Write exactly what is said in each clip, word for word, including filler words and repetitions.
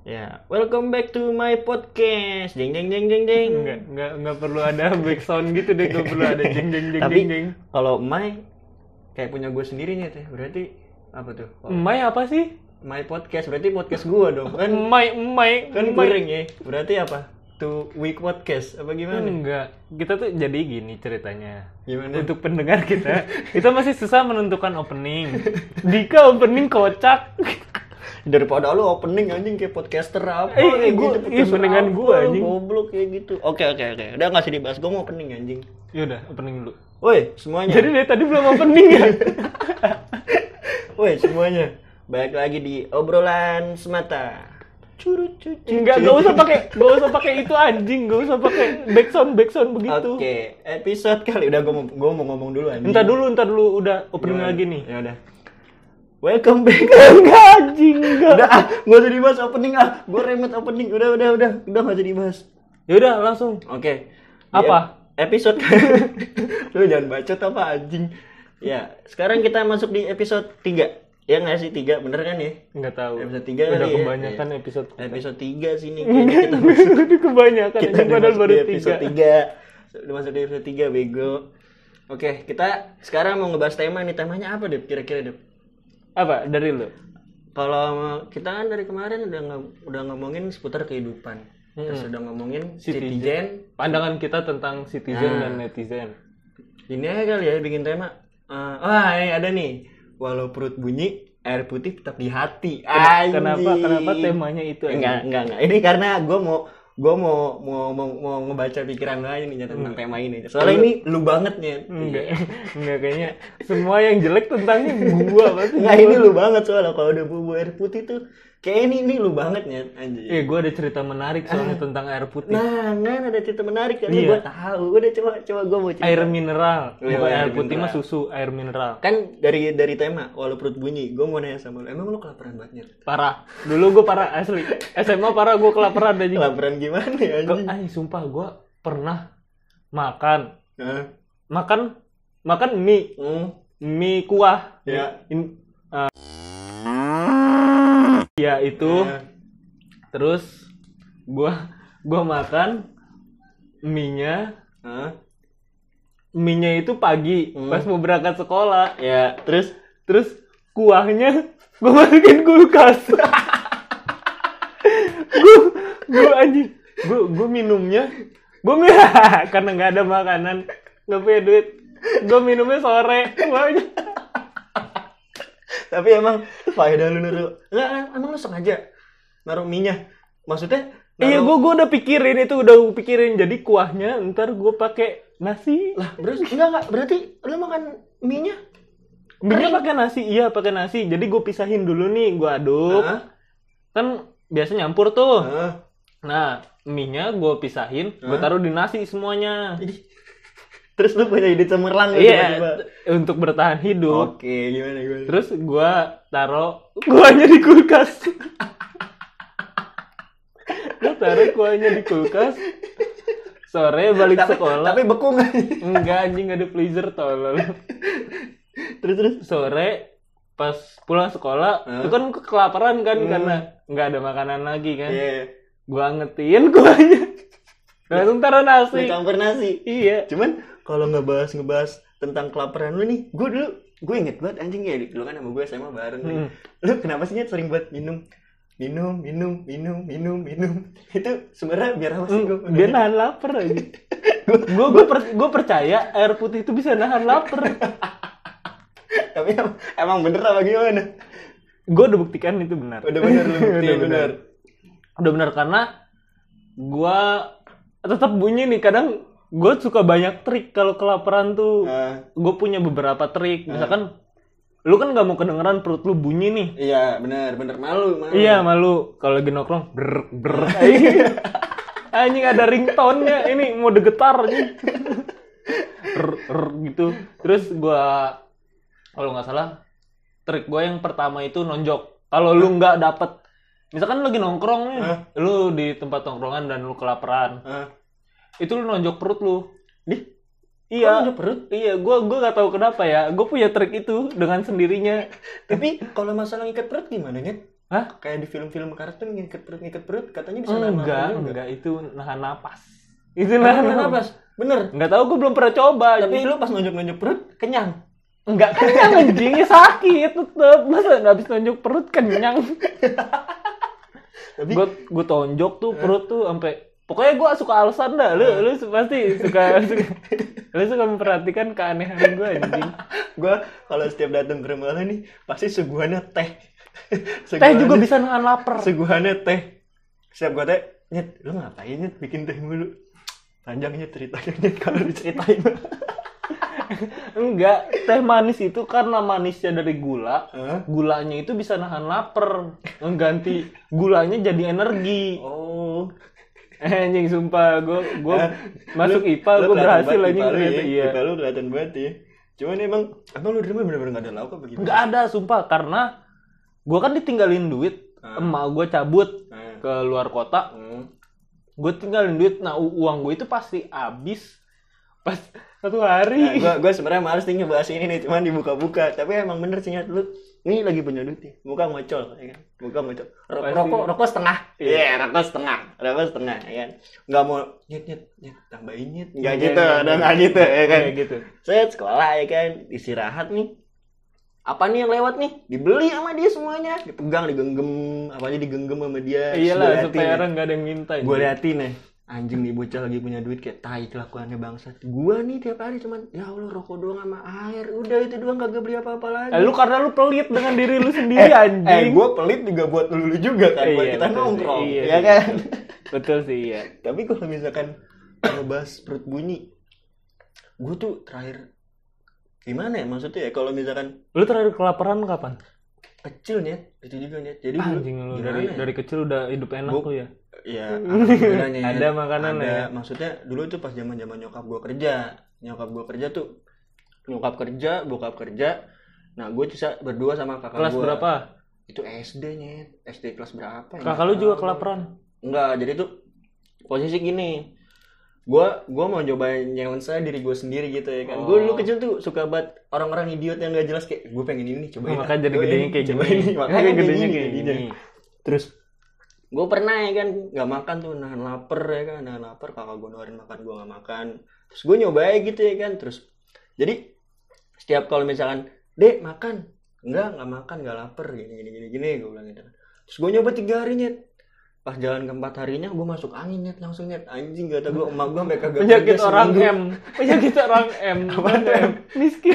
Ya, welcome back to my podcast. Jeng jeng jeng jeng jeng. Enggak, enggak enggak perlu ada back sound gitu deh, enggak perlu ada jeng jeng jeng Tapi jeng jeng. kalau my kayak punya gue sendiri nih teh. Berarti apa tuh? Kalo Emai apa sih? my podcast berarti podcast gue dong. Kan Emai, emai, kan emai. kuring ya. Berarti apa? To week podcast apa gimana? Enggak, kita tuh jadi gini ceritanya. Gimana? Untuk pendengar kita, kita masih susah menentukan opening. Dika opening kocak. Daripada lu opening anjing kayak podcaster apa Eh, kayak gua- gitu. ih, podcaster mendingan apa, gua, anjing. Goblok kayak gitu. Oke oke oke. Udah enggak usah dibahas. Gue mau opening anjing. Yaudah, opening dulu. Woi, semuanya. Jadi dari tadi belum opening ya? Woi, semuanya. Balik lagi di obrolan semata. Curut cucu. Enggak, enggak usah pakai, enggak usah pakai itu anjing, enggak usah pakai back sound, back sound begitu. Oke, episode kali udah gue mau gua mau ngomong dulu anjing. Entar dulu, entar dulu udah opening Gimana? lagi nih. Ya udah. Welcome back. Enggak anjing, enggak. Udah, ah, nggak usah dibahas opening ah. Gue remet opening. Udah, udah, udah, udah nggak usah dibahas. Ya udah langsung. Oke. Di Apa? ep- Episode lu jangan bacot apa anjing. Ya, sekarang kita masuk di episode tiga. Ya nggak sih tiga, bener kan ya? Enggak tahu. Episode tiga Udah kali ya? kebanyakan Iya. episode. Episode tiga sini kayaknya kita masuk. Udah kebanyakan Kita anjing, udah padahal masuk baru di episode tiga. tiga. Udah masuk di episode tiga, bego. Oke, kita sekarang mau ngebahas tema nih. Temanya apa, Dep? Kira-kira, Dep? Apa dari lu? Kalau kita kan dari kemarin udah nge- udah ngomongin seputar kehidupan. Terus Hmm. udah ngomongin Citizen. citizen. Pandangan kita tentang citizen Nah. dan netizen. Ini aja kali ya bikin tema. Eh, wah, ini ada nih. Walau perut bunyi, air putih tetap di hati. Anjing. Kenapa kenapa temanya itu anjing? Enggak, enggak, enggak. Ini karena gue mau gue mau mau mau, mau ngebaca pikiran lo aja nih tentang tema ini. Soalnya ini lu banget nih. Enggak. Enggak kayaknya semua yang jelek tentangnya gua pasti. Enggak, ini lu banget soalnya kalau udah bubu air putih tuh kayak ini ini lu banget nih anjir. Eh, gua ada cerita menarik soalnya tentang air putih. Nah, kan ada cerita menarik kan Iya. gua tahu. Udah coba coba gua mau cerita. Air mineral. Oh, iya, Bukan air air putih mineral. mah susu, air mineral. Kan dari dari tema walau perut bunyi, gua mau nanya sama lu. Emang lu kelaparan banget? Nyet? Parah. Dulu gua parah asli. S M A parah gua kelaparan aja. Kelaparan gimana ya Gua, anjing? ay, sumpah gua pernah makan Hah? makan makan mie Hmm. mie kuah. Ya. In- eh, ya itu. Ya. Terus gua gua makan mie-nya, Hah? mie-nya itu pagi Hmm. pas mau berangkat sekolah. Ya, terus Terus kuahnya gua masukin kulkas. gua gua anjing. Gua gua minumnya gua nggak karena nggak ada makanan, nggak punya duit. Gua minumnya sore. Gua anjing. tapi emang faedah lu naruh. Enggak, emang lu sengaja naruh minyak. Maksudnya Iya, naruh- gua gua udah pikirin itu, udah gua pikirin. Jadi kuahnya ntar gua pakai nasi. lah, berarti enggak enggak berarti lu makan minyak. Mie-nya pakai nasi, iya pakai nasi. Jadi gue pisahin dulu nih, gue aduk. Hah? Kan biasa nyampur tuh. Hah? Nah, mie-nya gue pisahin, gue Hah? taruh di nasi semuanya. Jadi terus lu punya ide cemerlang lu Iya, tiba-tiba. untuk bertahan hidup. Oke, gimana gimana? Terus gue taruh kuahnya di kulkas. Gue taruh kuahnya di kulkas. Sore balik tapi, sekolah. tapi beku nggak? Enggak, anjing, ada freezer tolol. terus terus Sore pas pulang sekolah, Hah? itu kan kelaparan kan Hmm. karena nggak ada makanan lagi kan. iya, Gua angetin kuahnya. Langsung taruh nasi. campur nasi. Iya. Cuman kalau ngebahas ngebahas tentang kelaparan lu nih, gue dulu gue inget banget anjing ya dulu kan sama gue S M A bareng nih. Hmm. Lu kenapa sih Nyet, sering buat minum minum minum minum minum minum itu sebenarnya biar apa sih gue? Dia nahan lapar aja. Gua gua, per- gua percaya air putih itu bisa nahan lapar. Tapi emang, emang bener apa gimana? Gua udah buktikan itu benar. Udah bener lu buktiin, Udah bener. Udah benar karena gua tetap bunyi nih, kadang gua suka banyak trik kalau kelaparan tuh. Ah, Gue punya beberapa trik. Misalkan lu kan nggak mau kedengeran perut lu bunyi nih. iya bener bener malu malu. Iya, malu kalau lagi nongkrong ber ber. Anjing ada ringtone-nya, ini mau degetar nih. R, r, gitu. Terus gua kalau nggak salah trik gua yang pertama itu nonjok. Kalau lu nggak dapet, misalkan lu lagi nongkrong nih, Hah? lu di tempat nongkrongan dan lu kelaparan, Ah, itu lu nonjok perut lu. Dih, Iya, nonjok perut? Iya, gua gua nggak tahu kenapa ya. Gue punya trik itu dengan sendirinya. tapi kalau masalah ikat perut gimana Nyet? Hah? Kayak di film-film kartun ngikat perut ngikat perut katanya bisa nahan Enggak, lapar juga. enggak itu nahan napas. Itu nahan Nahan napas. napas. Bener. Enggak tahu gue belum pernah coba. Tapi lu pas nunjuk-nunjuk perut kenyang. Enggak kenyang anjingnya sakit tetep. Masa enggak habis nunjuk perut kenyang. Tapi Gue gue tonjok tuh perut tuh sampai pokoknya gue suka alasan dah. Lu lu pasti suka, suka lu suka memperhatikan keanehan gue anjing. gue kalau setiap datang ke rumah lu nih pasti suguhannya teh. Teh juga bisa nahan lapar. Suguhannya teh. Setiap gue teh, Nyet, lu ngapain Nyet bikin teh mulu? Panjangnya ceritanya Nyet kalau diceritain. Enggak, teh manis itu karena manisnya dari gula, Hah? gulanya itu bisa nahan lapar, mengganti gulanya jadi energi. Oh. Eh, anjing sumpah, gue gue Nah, masuk lu- I P A, lu gue kelihatan berhasil banget anjing I P A lu ternyata ya. iya. I P A lu kelihatan banget ya. Cuman emang, emang lu di rumah bener-bener gak ada lauk apa gimana? Enggak ada sumpah karena gue kan ditinggalin duit, Ah. emak gue cabut Nah. ke luar kota, Hmm. gue tinggalin duit, nah u- uang gue itu pasti habis pas satu Nah, hari. gue gue sebenarnya males nih ngebahas ini nih, cuman dibuka-buka. Tapi emang bener sih Nyet, lu ini lagi punya duit nih, muka ngocol, ya kan? Muka ngocol. Ro- Pasti. Rokok, rokok setengah. Iya, Iya. rokok setengah, rokok setengah, ya kan? Nggak mau nyet nyet nyet tambahin nyet, nggak Iya, gitu, iya, udah iya. nggak gitu, ya kan? Kayak gitu. Saya sekolah ya kan, istirahat nih. Apa nih yang lewat nih? Dibeli sama dia semuanya, dipegang, digenggam, apa aja digenggam sama dia. Iyalah supaya orang nggak ada yang minta. Gue liatin nih, anjing nih bocah lagi punya duit kayak tai kelakuannya bangsat. Gua nih tiap hari cuman ya Allah rokok doang sama air. Udah itu doang kagak beli apa-apa lagi. Eh, lu karena lu pelit dengan diri lu sendiri anjing. Eh, gua pelit juga buat lu juga kan, buat Iya, kita betul sih. nongkrong, Iya ya sih. kan? Betul sih ya. Tapi kalau misalkan ngebahas perut bunyi, gua tuh terakhir gimana ya maksudnya ya kalau misalkan Lu terakhir kelaparan kapan? kecil nih, itu juga nih. Jadi dulu Anjing lu gimana dari ya? dari kecil udah hidup enak Gua- tuh ya. Ya, alhamdulillah, Nyet. Ada makanan ada, ya? Maksudnya dulu tuh pas zaman-zaman nyokap gua kerja. Nyokap gua kerja tuh nyokap kerja, bokap kerja. Nah, gue bisa berdua sama kakak Kelas gua. berapa? Itu S D-nya. S D kelas berapa ya? Kakak lu juga kelaparan? Enggak, jadi tuh posisi gini. Gua gua mau coba nyewen saya diri gue sendiri gitu ya kan. Oh. Gue dulu kecil tuh suka banget orang-orang idiot yang gak jelas kayak gue pengen ini nih, cobain. Oh, makanya jadi Cobain gedenya ini, kayak cobain gini. ini. Makanya gedenya gedenya kayak kayak gini. gini. Terus gue pernah ya kan nggak makan tuh, nahan lapar ya kan, nahan lapar, kakak gue nawarin makan, gue nggak makan. Terus gue nyobain gitu ya kan. Terus jadi setiap kalau misalkan dek makan, enggak nggak makan, nggak lapar, gini gini gini gini gue bilang gitu. Terus gue nyoba tiga hari Nyet. Pas jalan keempat harinya gue masuk angin Nyet, langsung Nyet, anjing kata gue emak gue sampai kagak Penyakit kerja orang seminggu. M. Penyakit orang M. Apaan tuh M? Miskin.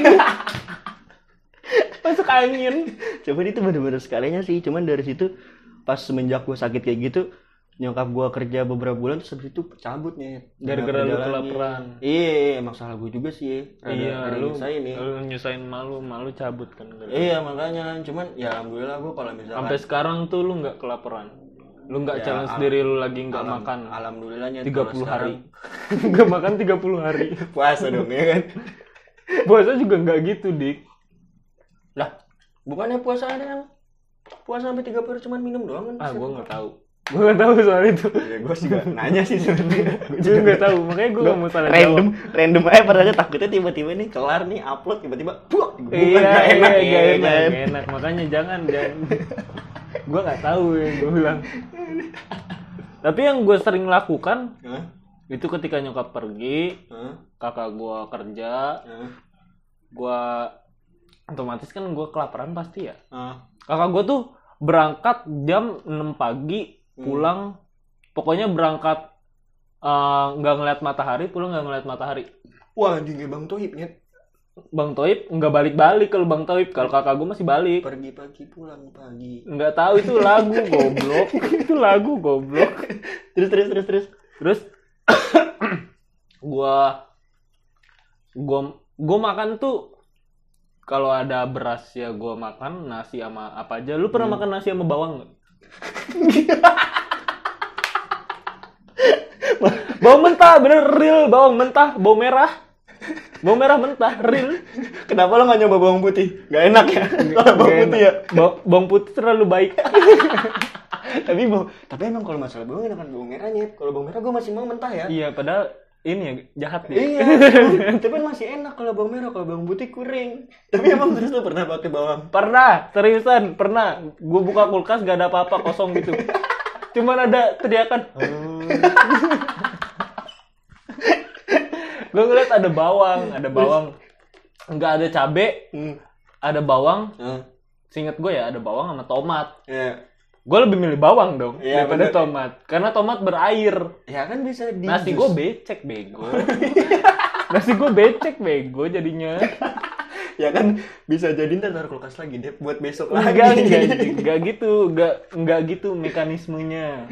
Masuk angin. Coba itu bener-bener sekalinya sih. Cuman dari situ pas semenjak gue sakit kayak gitu, nyokap gue kerja beberapa bulan terus habis itu cabut Nyet. Gara-gara Nggak lu kerja lagi. kelaparan. Iya, emang salah gue juga sih. Rada- Iya, rada lu nyusahin nih. lu nyusahin malu, malu cabut kan. Iya makanya, cuman ya alhamdulillah gue kalau misalkan Sampai sekarang tuh lu nggak kelaparan. Lu nggak Ya, challenge al- diri lu lagi nggak alam- makan alhamdulillahnya tiga kalau puluh hari. sekarang Nggak makan tiga puluh hari. puasa dong ya kan. Puasa juga nggak gitu, Dik. Lah, bukannya puasa ada yang puasa sampai tiga puluh cuman minum doang kan? Ah, gua nggak tahu. Gua nggak tahu soal itu. Ya gue juga nanya sih sebenarnya. Gue Gua nggak tahu, makanya gua nggak mau salah random, jawab. random aja padahal takutnya tiba-tiba nih kelar nih upload tiba-tiba buak, bukan, Iya, nggak iya, enak, nggak ya enak, kan? nggak enak. Makanya jangan, jangan. Gua nggak tahu yang gua bilang. Tapi yang gue sering lakukan Hah? itu ketika nyokap pergi, Hah? kakak gua kerja, Hah? gua otomatis kan gua kelaparan pasti ya. Hah? Kakak gua tuh berangkat jam enam pagi, pulang pokoknya berangkat eh, nggak ngeliat matahari, pulang nggak ngeliat matahari. Wah, anjing kayak Bang Toib Nyet. Bang Toib nggak balik-balik kalau Bang Toib, kalau kakak gua masih balik. Pergi pagi pulang pagi. Nggak tahu itu lagu goblok. Itu lagu goblok. Terus terus terus terus. Terus gua gua gua makan tuh kalau ada beras ya gua makan, nasi sama apa aja. Lu pernah makan nasi sama bawang nggak? Bawang mentah, bener real bawang mentah, bawang merah. Bawang merah mentah, real. Kenapa lo gak nyoba bawang putih? Gak enak ya? Kalau bawang Nggak putih enak. ya? Ba- bawang putih terlalu baik. tapi bawang, tapi emang kalau masalah bawang enakan bawang merah Nyet. Kalau bawang merah gue masih mau mentah ya. Iya, padahal ini ya jahat ya. Iya, tapi kan masih enak kalau bawang merah, kalau bawang putih kuring. Tapi emang terus lu pernah pakai bawang? Pernah, seriusan, pernah. Gue buka kulkas gak ada apa-apa, kosong gitu. Cuman ada teriakan. Oh. Gue ngeliat ada bawang, ada bawang. Nggak ada cabe, hmm. ada bawang. Hmm. Seinget gue ya ada bawang sama tomat. Yeah. Gue lebih milih bawang dong yeah, daripada bener. tomat. Karena tomat berair. Ya kan bisa di Nasi gue becek bego. Nasi gue becek bego jadinya. Ya kan bisa jadi ntar taruh kulkas lagi deh buat besok lagi. Enggak, enggak, enggak gitu, enggak, enggak gitu mekanismenya.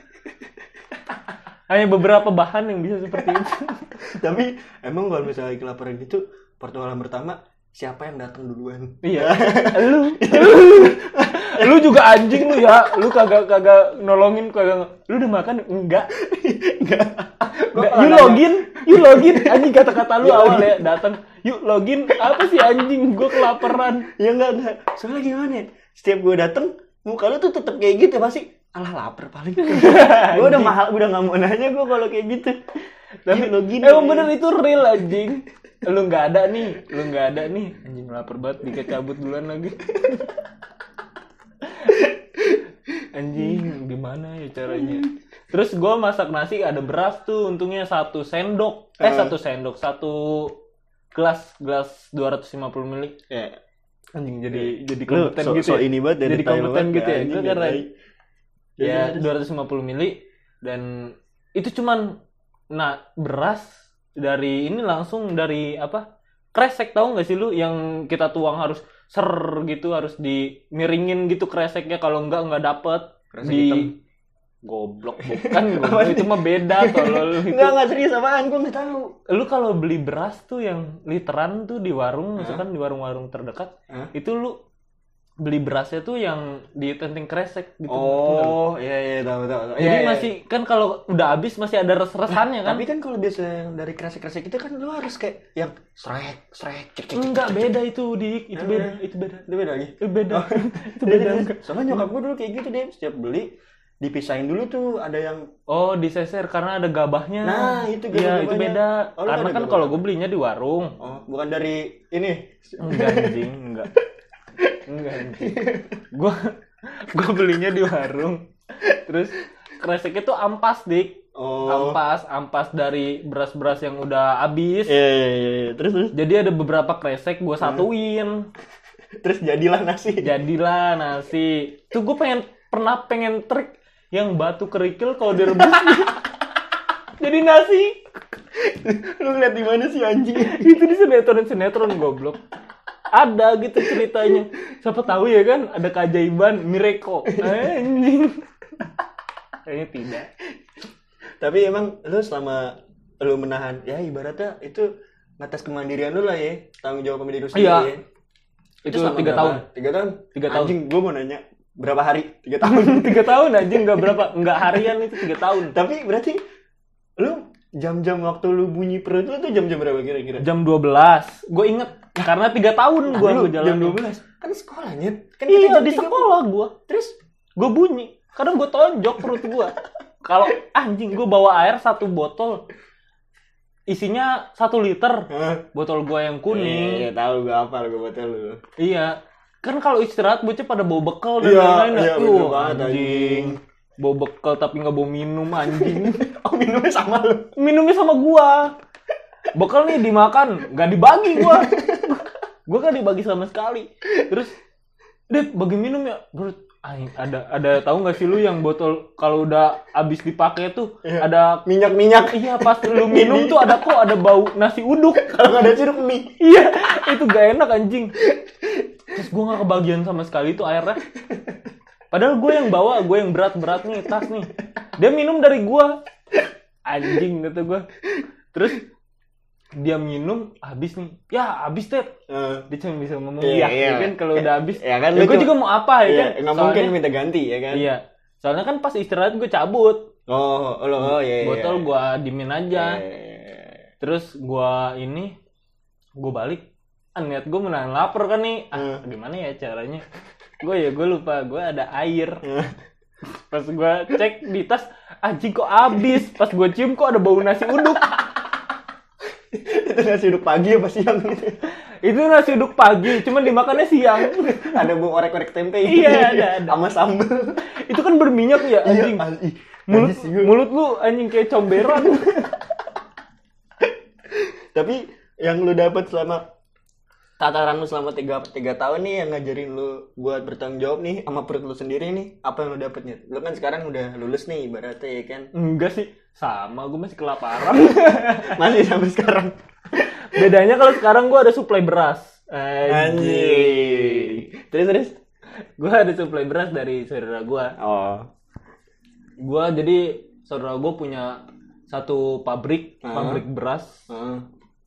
Hanya beberapa bahan yang bisa seperti itu. Tapi emang kalau misalnya kelaparan gitu, pertolongan pertama siapa yang datang duluan? Iya. Lu. Lu juga anjing lu ya. Lu kagak kagak nolongin kagak. Lu udah makan? Enggak. Enggak. Enggak. You login, you login. Anjing kata-kata lu awal ya datang. Yuk login. Apa sih anjing? Gue kelaparan. Ya enggak enggak. Soalnya gimana ya? Setiap gue datang, muka lu tuh tetap kayak gitu pasti. Alah lapar paling. Gue udah mahal, udah enggak mau nanya gue kalau kayak gitu. Tapi login. Emang bener itu real anjing. Lu enggak ada nih, lu enggak ada nih. Anjing lapar banget, dikecabut duluan lagi. Anjing, gimana ya caranya? Terus gue masak nasi ada beras tuh, untungnya satu sendok, eh uh. satu sendok, satu gelas, gelas dua ratus lima puluh mililiter. Ya. Anjing jadi jadi kompeten so, gitu so ya. Ini banget jadi kompeten gitu ya. Gue karena ya dua ratus lima puluh mililiter dan itu cuman nah beras dari ini langsung dari apa? Kresek, tahu nggak sih lu yang kita tuang harus ser gitu, harus dimiringin gitu kreseknya, kalau enggak enggak dapet. Kresek di hitam. Goblok bukan, goblok itu mah beda tolol itu. Enggak enggak serius apaan, gua enggak tahu. Lu kalau beli beras tuh yang literan tuh di warung, huh? Misalkan di warung-warung terdekat, huh? Itu lu beli berasnya tuh yang ditenting kresek gitu. Oh, iya iya tahu tahu. Jadi ya, masih ya. Kan kalau udah habis masih ada res-resannya kan. Tapi kan kalau biasa yang dari kresek-kresek itu kan lu harus kayak yang srek srek cek cek. Enggak, beda itu, Dik. Itu beda, itu beda. Itu beda lagi. Itu beda. Itu beda. Soalnya nyokap gua dulu kayak gitu deh, setiap beli dipisahin dulu tuh, ada yang oh diseser karena ada gabahnya. Nah itu ya, itu beda. Oh, karena kan kalau gue belinya di warung. Oh bukan dari ini. Enggak anjing, enggak. Enggak anjing. Gua gua belinya di warung. Terus kreseknya tuh ampas, Dik. Oh. Ampas, ampas dari beras-beras yang udah habis. Iya iya iya. Terus terus. Jadi ada beberapa kresek gua satuin. Terus jadilah nasi. Jadilah nasi. Tuh gua pengen pernah pengen trik yang batu kerikil kalau direbus jadi nasi. Lu ngeliat di mana sih anjing? Itu di sinetron-sinetron goblok. Ada gitu ceritanya. Siapa tahu ya kan ada keajaiban Mireko. Anjing. Kayaknya tidak. Tapi emang lu selama lu menahan ya ibaratnya itu ngatas kemandirian lu lah ya. Tanggung jawab sama diri lu sendiri iya. Ya. Itu, itu tiga tahun. tiga tahun? tiga tahun. Anjing, gua mau nanya berapa hari? tiga tahun. tiga tahun anjing, enggak berapa, enggak harian itu tiga tahun. Tapi berarti lu jam-jam waktu lu bunyi perut lu tuh jam-jam berapa kira-kira? Jam dua belas. Gue inget karena tiga tahun gue gue jalan. Jam dua belas. Kan sekolahnya. Kan iya, di sekolah gue. Terus gue bunyi. Kadang gue tonjok perut gue. Kalau anjing gue bawa air satu botol. Isinya satu liter. Huh? Botol gue yang kuning. Iya, tahu gue apa gue botol lu. Iya. Kan kalau istirahat bocah pada bawa bekal dan iya, lain-lain. Iya, uh, anjing. Bawa bekal tapi nggak bawa minum anjing. Oh minumnya sama lu? Minumnya sama gua. Bekal nih dimakan, nggak dibagi gua. Gua kan dibagi sama sekali. Terus, Dep bagi minum ya. Bro, ada ada tahu nggak sih lu yang botol kalau udah habis dipakai tuh iya. Ada minyak-minyak. Iya pas lu minum tuh ada kok ada bau nasi uduk. Kalau nggak ada sirup mie. Iya itu gak enak anjing. Terus gua nggak kebagian sama sekali tuh airnya. Padahal gue yang bawa, gue yang berat-berat nih, tas nih. Dia minum dari gue. Anjing, kata gue. Terus, dia minum, habis nih. Ya, habis, Ted. Uh, dia cuma bisa ngomong, iya, ya, iya. ya kan, kalau udah habis. Ya, kan, ya gue juga mau apa, ya iya, kan. Nggak mungkin minta ganti, ya kan. Iya. Soalnya kan pas istirahat gue cabut. Oh, oh, oh iya, iya. Botol gue dimin aja. Iya. Terus gue ini, gue balik. Ah, niat gue menahan lapar kan nih. Ah, uh. gimana ya caranya? Gue ya gue lupa gue ada air. Pas gue cek di tas anjing kok habis. Pas gue cium kok ada bau nasi uduk. Itu nasi uduk pagi apa siang gitu. Itu nasi uduk pagi, cuman dimakannya siang. Ada bumbu orek-orek tempe. Iya, ada, ada. Sama sambel. Itu kan berminyak ya, anjing. Iya, ih, Mulut najis juga. mulut lu anjing kayak comberan. Tapi yang lu dapat selama tataran lu selama tiga tiga tahun nih yang ngajarin lu buat bertanggung jawab nih sama perut lu sendiri nih, apa yang lu dapetnya? Lu kan sekarang udah lulus nih ibaratnya ya kan. Enggak sih, sama gue masih kelaparan. Masih sampai sekarang. Bedanya kalau sekarang gue ada suplai beras. Anjing. Terus terus. Gue ada suplai beras dari saudara gue. Oh. Gue jadi saudara gue punya satu pabrik, Uh. pabrik beras Heeh.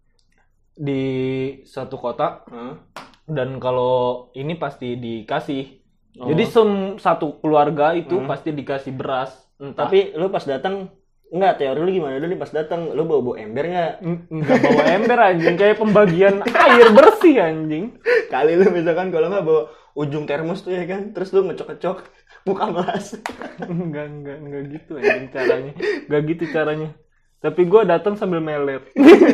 di satu kota. Heeh. Dan kalau ini pasti dikasih. Oh. Jadi sem- satu keluarga itu Hmm. pasti dikasih beras. Entah, Tapi lu pas datang enggak, teori lu gimana dulu nih pas datang? Lu bawa-bawa ember enggak? Eng- enggak bawa ember anjing, kayak pembagian air bersih anjing. Kali lu misalkan kalau enggak bawa ujung termos tuh ya kan, terus lu ngecok-ngecok buka gelas. Enggak, enggak, enggak gitu anjing caranya. Enggak gitu caranya. Tapi gue datang sambil melet.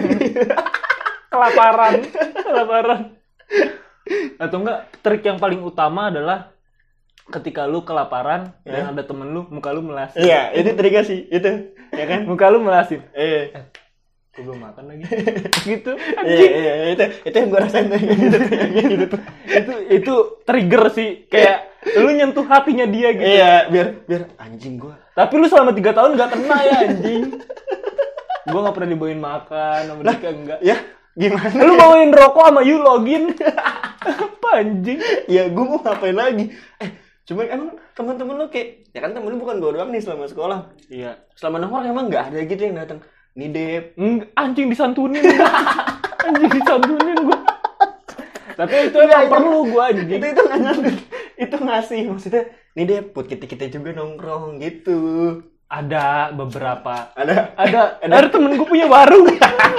Kelaparan, kelaparan. Atau enggak, trik yang paling utama adalah ketika lu kelaparan Ya. dan ada temen lu, muka lu melasin. Iya, itu trigger sih, itu. Ya kan? Muka lu melasin. Eh. Gue belum makan lagi. Gitu. Iya, Anjing. iya, itu itu yang gua rasain tuh gitu tuh, yang gitu tuh. Itu itu trigger sih. Kayak lu nyentuh hatinya dia gitu. Iya, biar biar anjing gua. Tapi lu selama tiga tahun gak kena ya anjing. Gue gak pernah dibawain makan sama Dika, enggak. Ya, gimana? Lu bawain rokok sama you login. Apa anjing? Ya gua mau ngapain lagi? Eh, cuman emang teman-teman lu kayak ya kan temen lu bukan gua doang nih selama sekolah. Iya. Selama nongkrong emang enggak ada gitu yang datang. Nih Dep. Eng- Anjing disantunin. Anjing disantunin gue. Tapi itu Enggak, emang itu- perlu gue anjing. Itu itu nggak nyambung. Itu ngasih maksudnya nih Dep buat kita-kita juga nongkrong gitu. Ada beberapa. Ada Ada, ada temen gue punya warung.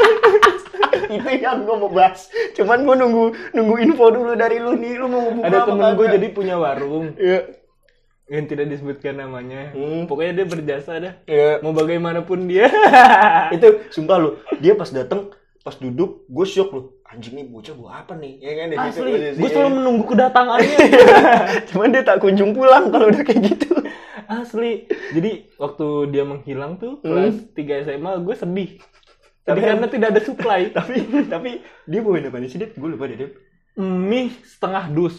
itu yang gue mau bahas. Cuman gue nunggu nunggu info dulu dari lu nih. Lu mau ngebuka Ada apa temen gue kagak? jadi punya warung. Iya. Yang tidak disebutkan namanya. Hmm. Pokoknya dia berjasa dah. Iya. Mau bagaimanapun dia. Itu sumpah lu. Dia pas datang, pas duduk, gue shock lu. Anjing nih bocah gua apa nih? Ya kan di situ Asli, posisi. gue selalu menunggu kedatangannya. Cuman dia tak kunjung pulang kalau udah kayak gitu. Asli. Jadi waktu dia menghilang tuh Hmm. kelas tiga S M A gue sedih. Tapi Tapi- karena tidak ada supply. tapi tapi dia bawain apa nih sih, Dep? Gue lupa deh, Dep. Mie setengah dus.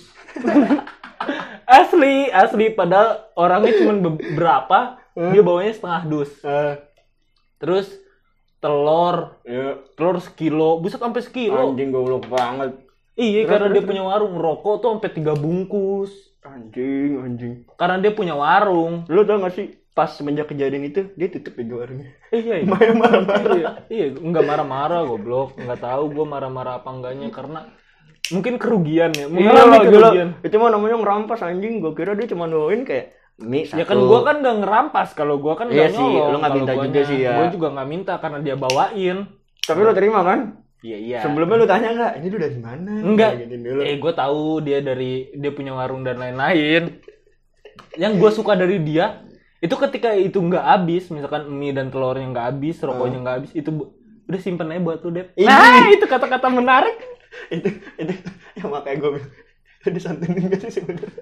Asli, asli. Padahal orangnya cuma beberapa, Hmm. dia bawanya setengah dus. Eh, Terus telur, ya telur sekilo, buset sampai sekilo. anjing goblok banget. Iya, Terus, karena terus, dia punya warung, rokok tuh sampai tiga bungkus. Anjing, anjing. Karena dia punya warung. Lu tau gak sih pas semenjak kejadian itu dia tutup ya warungnya. Eh, iya, iya. Main marah-marah. Iya, iya, enggak marah-marah goblok. Enggak tahu gua marah-marah apa enggaknya karena mungkin kerugian ya, mengalami Iya, gila. kerugian. Itu mah namanya ngerampas anjing. Gue kira dia cuma bawain kayak mie satu. Ya kan gua kan enggak ngerampas, kalau gua kan Iya enggak sih, nyolong. lu nggak Kalau minta juga guanya- sih ya. Gua juga enggak minta karena dia bawain. Tapi lu terima kan? Iya, iya. Sebelumnya lu tanya nggak? Ini lu dari mana? Enggak. Kayak gini dulu. Eh, gua tahu dia dari dia punya warung dan lain-lain. Yang gua suka dari dia itu ketika itu nggak habis, misalkan mie dan telurnya nggak habis, rokoknya nggak habis, itu bu- udah simpen aja buat lu, Dep. Ih. Nah, itu kata-kata menarik. itu itu yang makanya gue bilang disantunin gak sih sebenarnya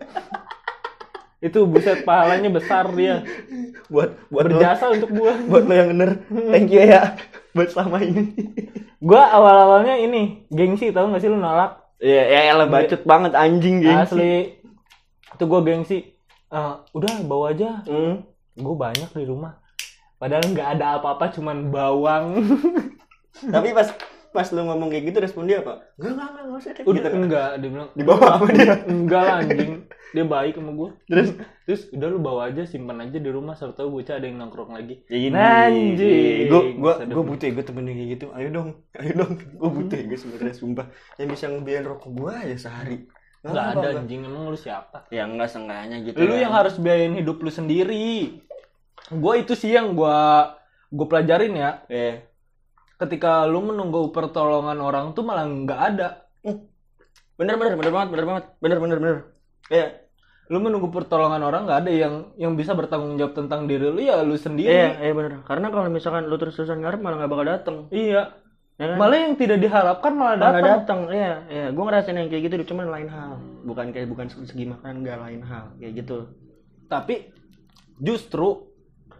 Itu buset pahalanya besar dia. buat buat lo, Berjasa untuk gua. buat lo yang bener thank you ya buat selama ini. Gua awal-awalnya ini gengsi, tahu nggak sih lu nolak? Iya ya elah bacot banget anjing gengsi. Asli. Itu gua gengsi. Eh, udah bawa aja. Hmm. Gue banyak di rumah. Padahal nggak ada apa-apa, cuman bawang. Tapi pas pas lu ngomong kayak gitu respon dia apa? Enggak enggak enggak enggak usah deh. Udah Gitu kan? enggak, dia bilang Di bawah apa dia? enggak lah anjing. Dia baik sama gue. Terus Terus udah lu bawa aja, simpan aja di rumah, siapa tahu bocah ada yang nongkrong lagi. ya gini. Anjing. Gue gue Sadar. gue butuh gue temen yang kayak gitu. Ayo dong, ayo dong. Gue butuh gue sebenarnya sumpah. Yang bisa ngebiayain rokok gue aja sehari. Nggak apa, ada enggak. anjing, emang lu siapa? Ya enggak seenggaknya gitu. Lu kan. yang harus biayain hidup lu sendiri. Gue itu sih yang gue gue pelajarin ya. Eh, Ketika lu menunggu pertolongan orang tuh malah nggak ada. bener bener bener banget bener banget bener bener bener. Ya. Lu menunggu pertolongan orang nggak ada yang yang bisa bertanggung jawab tentang diri lu, ya lu sendiri. Iya, iya bener. Karena kalau misalkan lu terus-terusan ngarep malah nggak bakal dateng. Iya. Ya kan? Malah yang tidak diharapkan malah Malah datang. datang. Iya, iya. Gue ngerasain yang kayak gitu, cuman lain hal. Bukan kayak bukan segi makanan, enggak lain hal kayak gitu. Tapi justru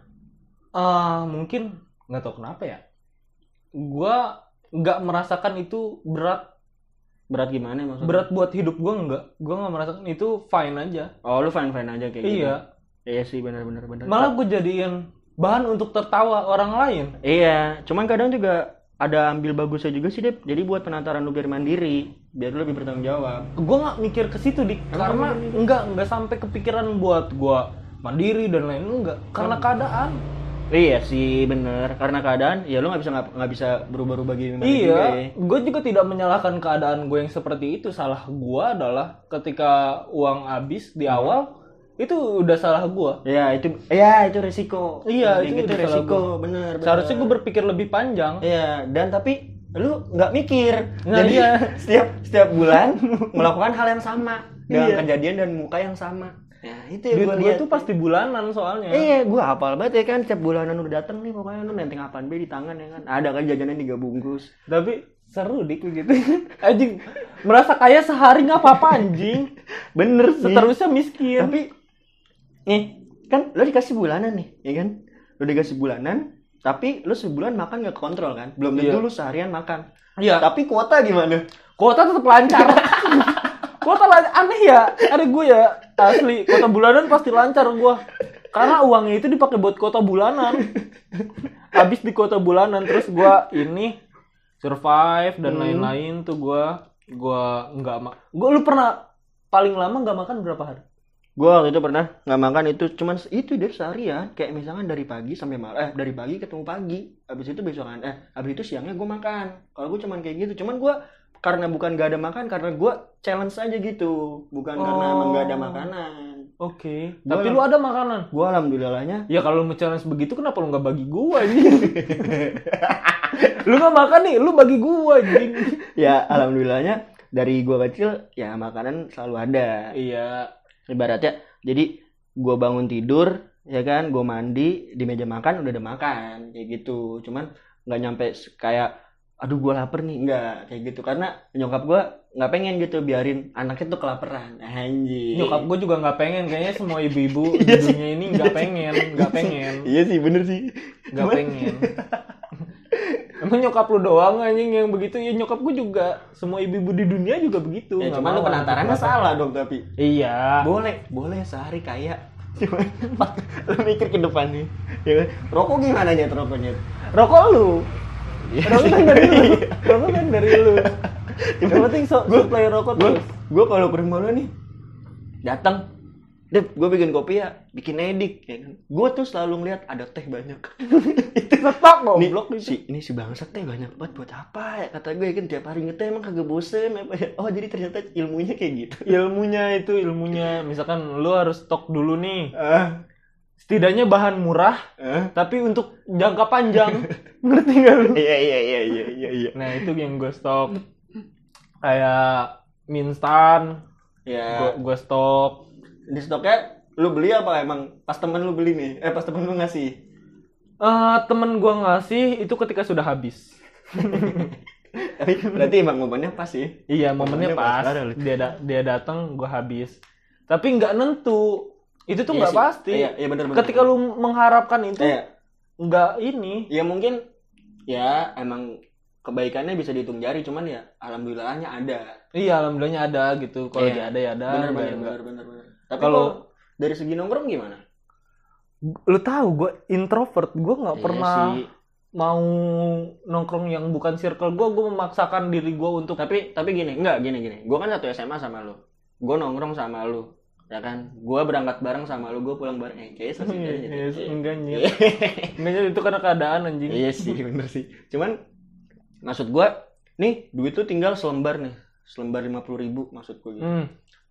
uh, mungkin nggak tahu kenapa ya, gua nggak merasakan itu berat. Berat gimana maksudnya? Berat buat hidup gua nggak. Gua nggak merasakan itu, fine aja. Oh, lu fine-fine aja kayak gitu. Iya. Iya sih, benar-benar benar. Malah gue jadiin bahan untuk tertawa orang lain. Iya, cuman kadang juga ada ambil bagusnya juga sih, Dep. Jadi buat penataran lu biar mandiri, biar lu lebih bertanggung jawab. Gue nggak mikir ke situ, Dik. Karena nggak nggak sampai kepikiran buat gua mandiri dan lain, enggak. Karena keadaan. Iya sih, bener. Karena keadaan, ya lu nggak bisa nggak bisa berubah-ubah gimana Iya, juga ya. gue juga tidak menyalahkan keadaan gue yang seperti itu. Salah gue adalah ketika uang habis di awal, itu udah salah gue. Ya itu, ya itu resiko. Iya, Yang itu itu udah salah resiko, gua. bener. bener. Seharusnya gue berpikir lebih panjang. Iya, dan tapi lu nggak mikir. Nah, Jadi iya. setiap setiap bulan melakukan hal yang sama dengan Iya. kejadian dan muka yang sama. Ya itu yang Duit gue gue lihat. tuh pasti bulanan soalnya. Iya, gue hafal banget ya kan, setiap bulanan udah dateng nih pokoknya lu nenteng apaan be di tangan ya kan. Ada kan jajanan tiga bungkus. Tapi seru dik gitu. Anjing, merasa kaya sehari nggak apa-apa anjing. Bener sih. Seterusnya miskin. Tapi nih, kan lu dikasih bulanan nih, ya kan? Lu dikasih bulanan, tapi lu sebulan makan nggak kontrol kan? Belum tentu Iya. lu seharian makan. Iya. Tapi kuota gimana? Kuota tetap lancar. Kuota lancar, aneh ya. Ada gue ya asli. Kuota bulanan pasti lancar gue. Karena uangnya itu dipakai buat kuota bulanan. Habis di kuota bulanan terus gue ini survive dan Hmm. lain-lain tuh gue gue nggak mak. Gue lu pernah paling lama nggak makan berapa hari? Gue waktu itu pernah nggak makan itu cuman itu deh seharian. Kayak misalkan dari pagi sampai malam, eh dari pagi ketemu pagi. Habis itu besokan, eh habis itu siangnya gue makan. Kalau gue cuman kayak gitu, cuman gue karena bukan gak ada makan, karena gue challenge aja gitu, bukan karena Oh. emang gak ada makanan. Oke. Gua Tapi lah- lu ada makanan? Gue alhamdulillahnya Ya kalau lu mau challenge begitu kenapa lu nggak bagi gua anjing? Lu nggak makan nih, lu bagi gua anjing. ya alhamdulillahnya dari gue kecil ya makanan selalu ada. Iya. Ibaratnya jadi gue bangun tidur ya kan, gue mandi di meja makan udah ada makan kayak gitu. Cuman nggak nyampe s- kayak aduh gue lapar nih, nggak kayak gitu, karena nyokap gue nggak pengen gitu biarin anaknya tuh kelaparan. Anjir. Nyokap gua juga nggak pengen, kayaknya semua ibu-ibu di Iya sih. dunia ini nggak pengen, nggak pengen, Iya sih bener sih. nggak Cuman- pengen. Emang nyokap lu doang anjing yang begitu? Ya nyokap gua juga, semua ibu-ibu di dunia juga begitu. Ya, nggak cuman lu mau penatarannya anak salah dong tapi. Iya. Boleh, boleh sehari kaya. Cuman lu mikir ke depan nih. Ya kan? Rokok gimana nyet rokoknya? Rokok lu. Iya Rokok kan dari lu. Rokok kan dari lu. Yang penting so, supply rokok Gue terus. gue kalau ke rumah lu nih datang, Dep, gue bikin kopi ya, bikin edik ya kan. Gue tuh selalu ngeliat ada teh banyak. Stok Nih, goblok itu. si ini si bangsat teh banyak banget buat apa ya, kata gue kan tiap hari ngeteh emang kagak bosen apa ya. Oh jadi ternyata ilmunya kayak gitu. Ilmunya itu ilmunya. Misalkan lu harus stok dulu nih. Ah, Setidaknya bahan murah, ah. tapi untuk jangka panjang. Ngerti gak lu? Iya iya iya iya iya iya. Nah itu yang gue stok. Kayak mie instan, Ya, gue stok. di stoknya lu beli apa emang pas temen lu beli nih? Eh pas temen lu ngasih. Eh temen gue ngasih itu ketika sudah habis. Tapi berarti emang momennya pas sih. Iya momennya Momennya pas, pas. ada lu. Dia da- dia datang, gue habis. Tapi nggak nentu. Itu tuh Iya nggak sih. pasti. Iya, iya bener, bener. Ketika lu mengharapkan itu, Iya. nggak ini. Ya mungkin ya emang kebaikannya bisa dihitung jari, cuman ya alhamdulillahnya ada. Iya alhamdulillahnya ada gitu. Kalau Iya. dia ada ya ada. Bener nggak bener ya nggak. bener bener bener. Tapi Kalau- kalau dari segi nongkrong gimana? Lu tahu gue introvert, gue nggak Iya pernah sih. mau nongkrong yang bukan circle gue. Gue memaksakan diri gue untuk Tapi tapi gini, enggak gini gini. Gua kan satu S M A sama lu. Gua nongkrong sama lu. Ya kan? Gua berangkat bareng sama lu, gua pulang bareng. Eh, kayaknya sosial aja. Yes, enggak nyet. Iya. Enggak nyet, itu karena keadaan anjing. Iya sih, bener sih. Cuman maksud gua, nih duit tuh tinggal selembar nih. Selembar lima puluh ribu maksud gua gitu. Hmm.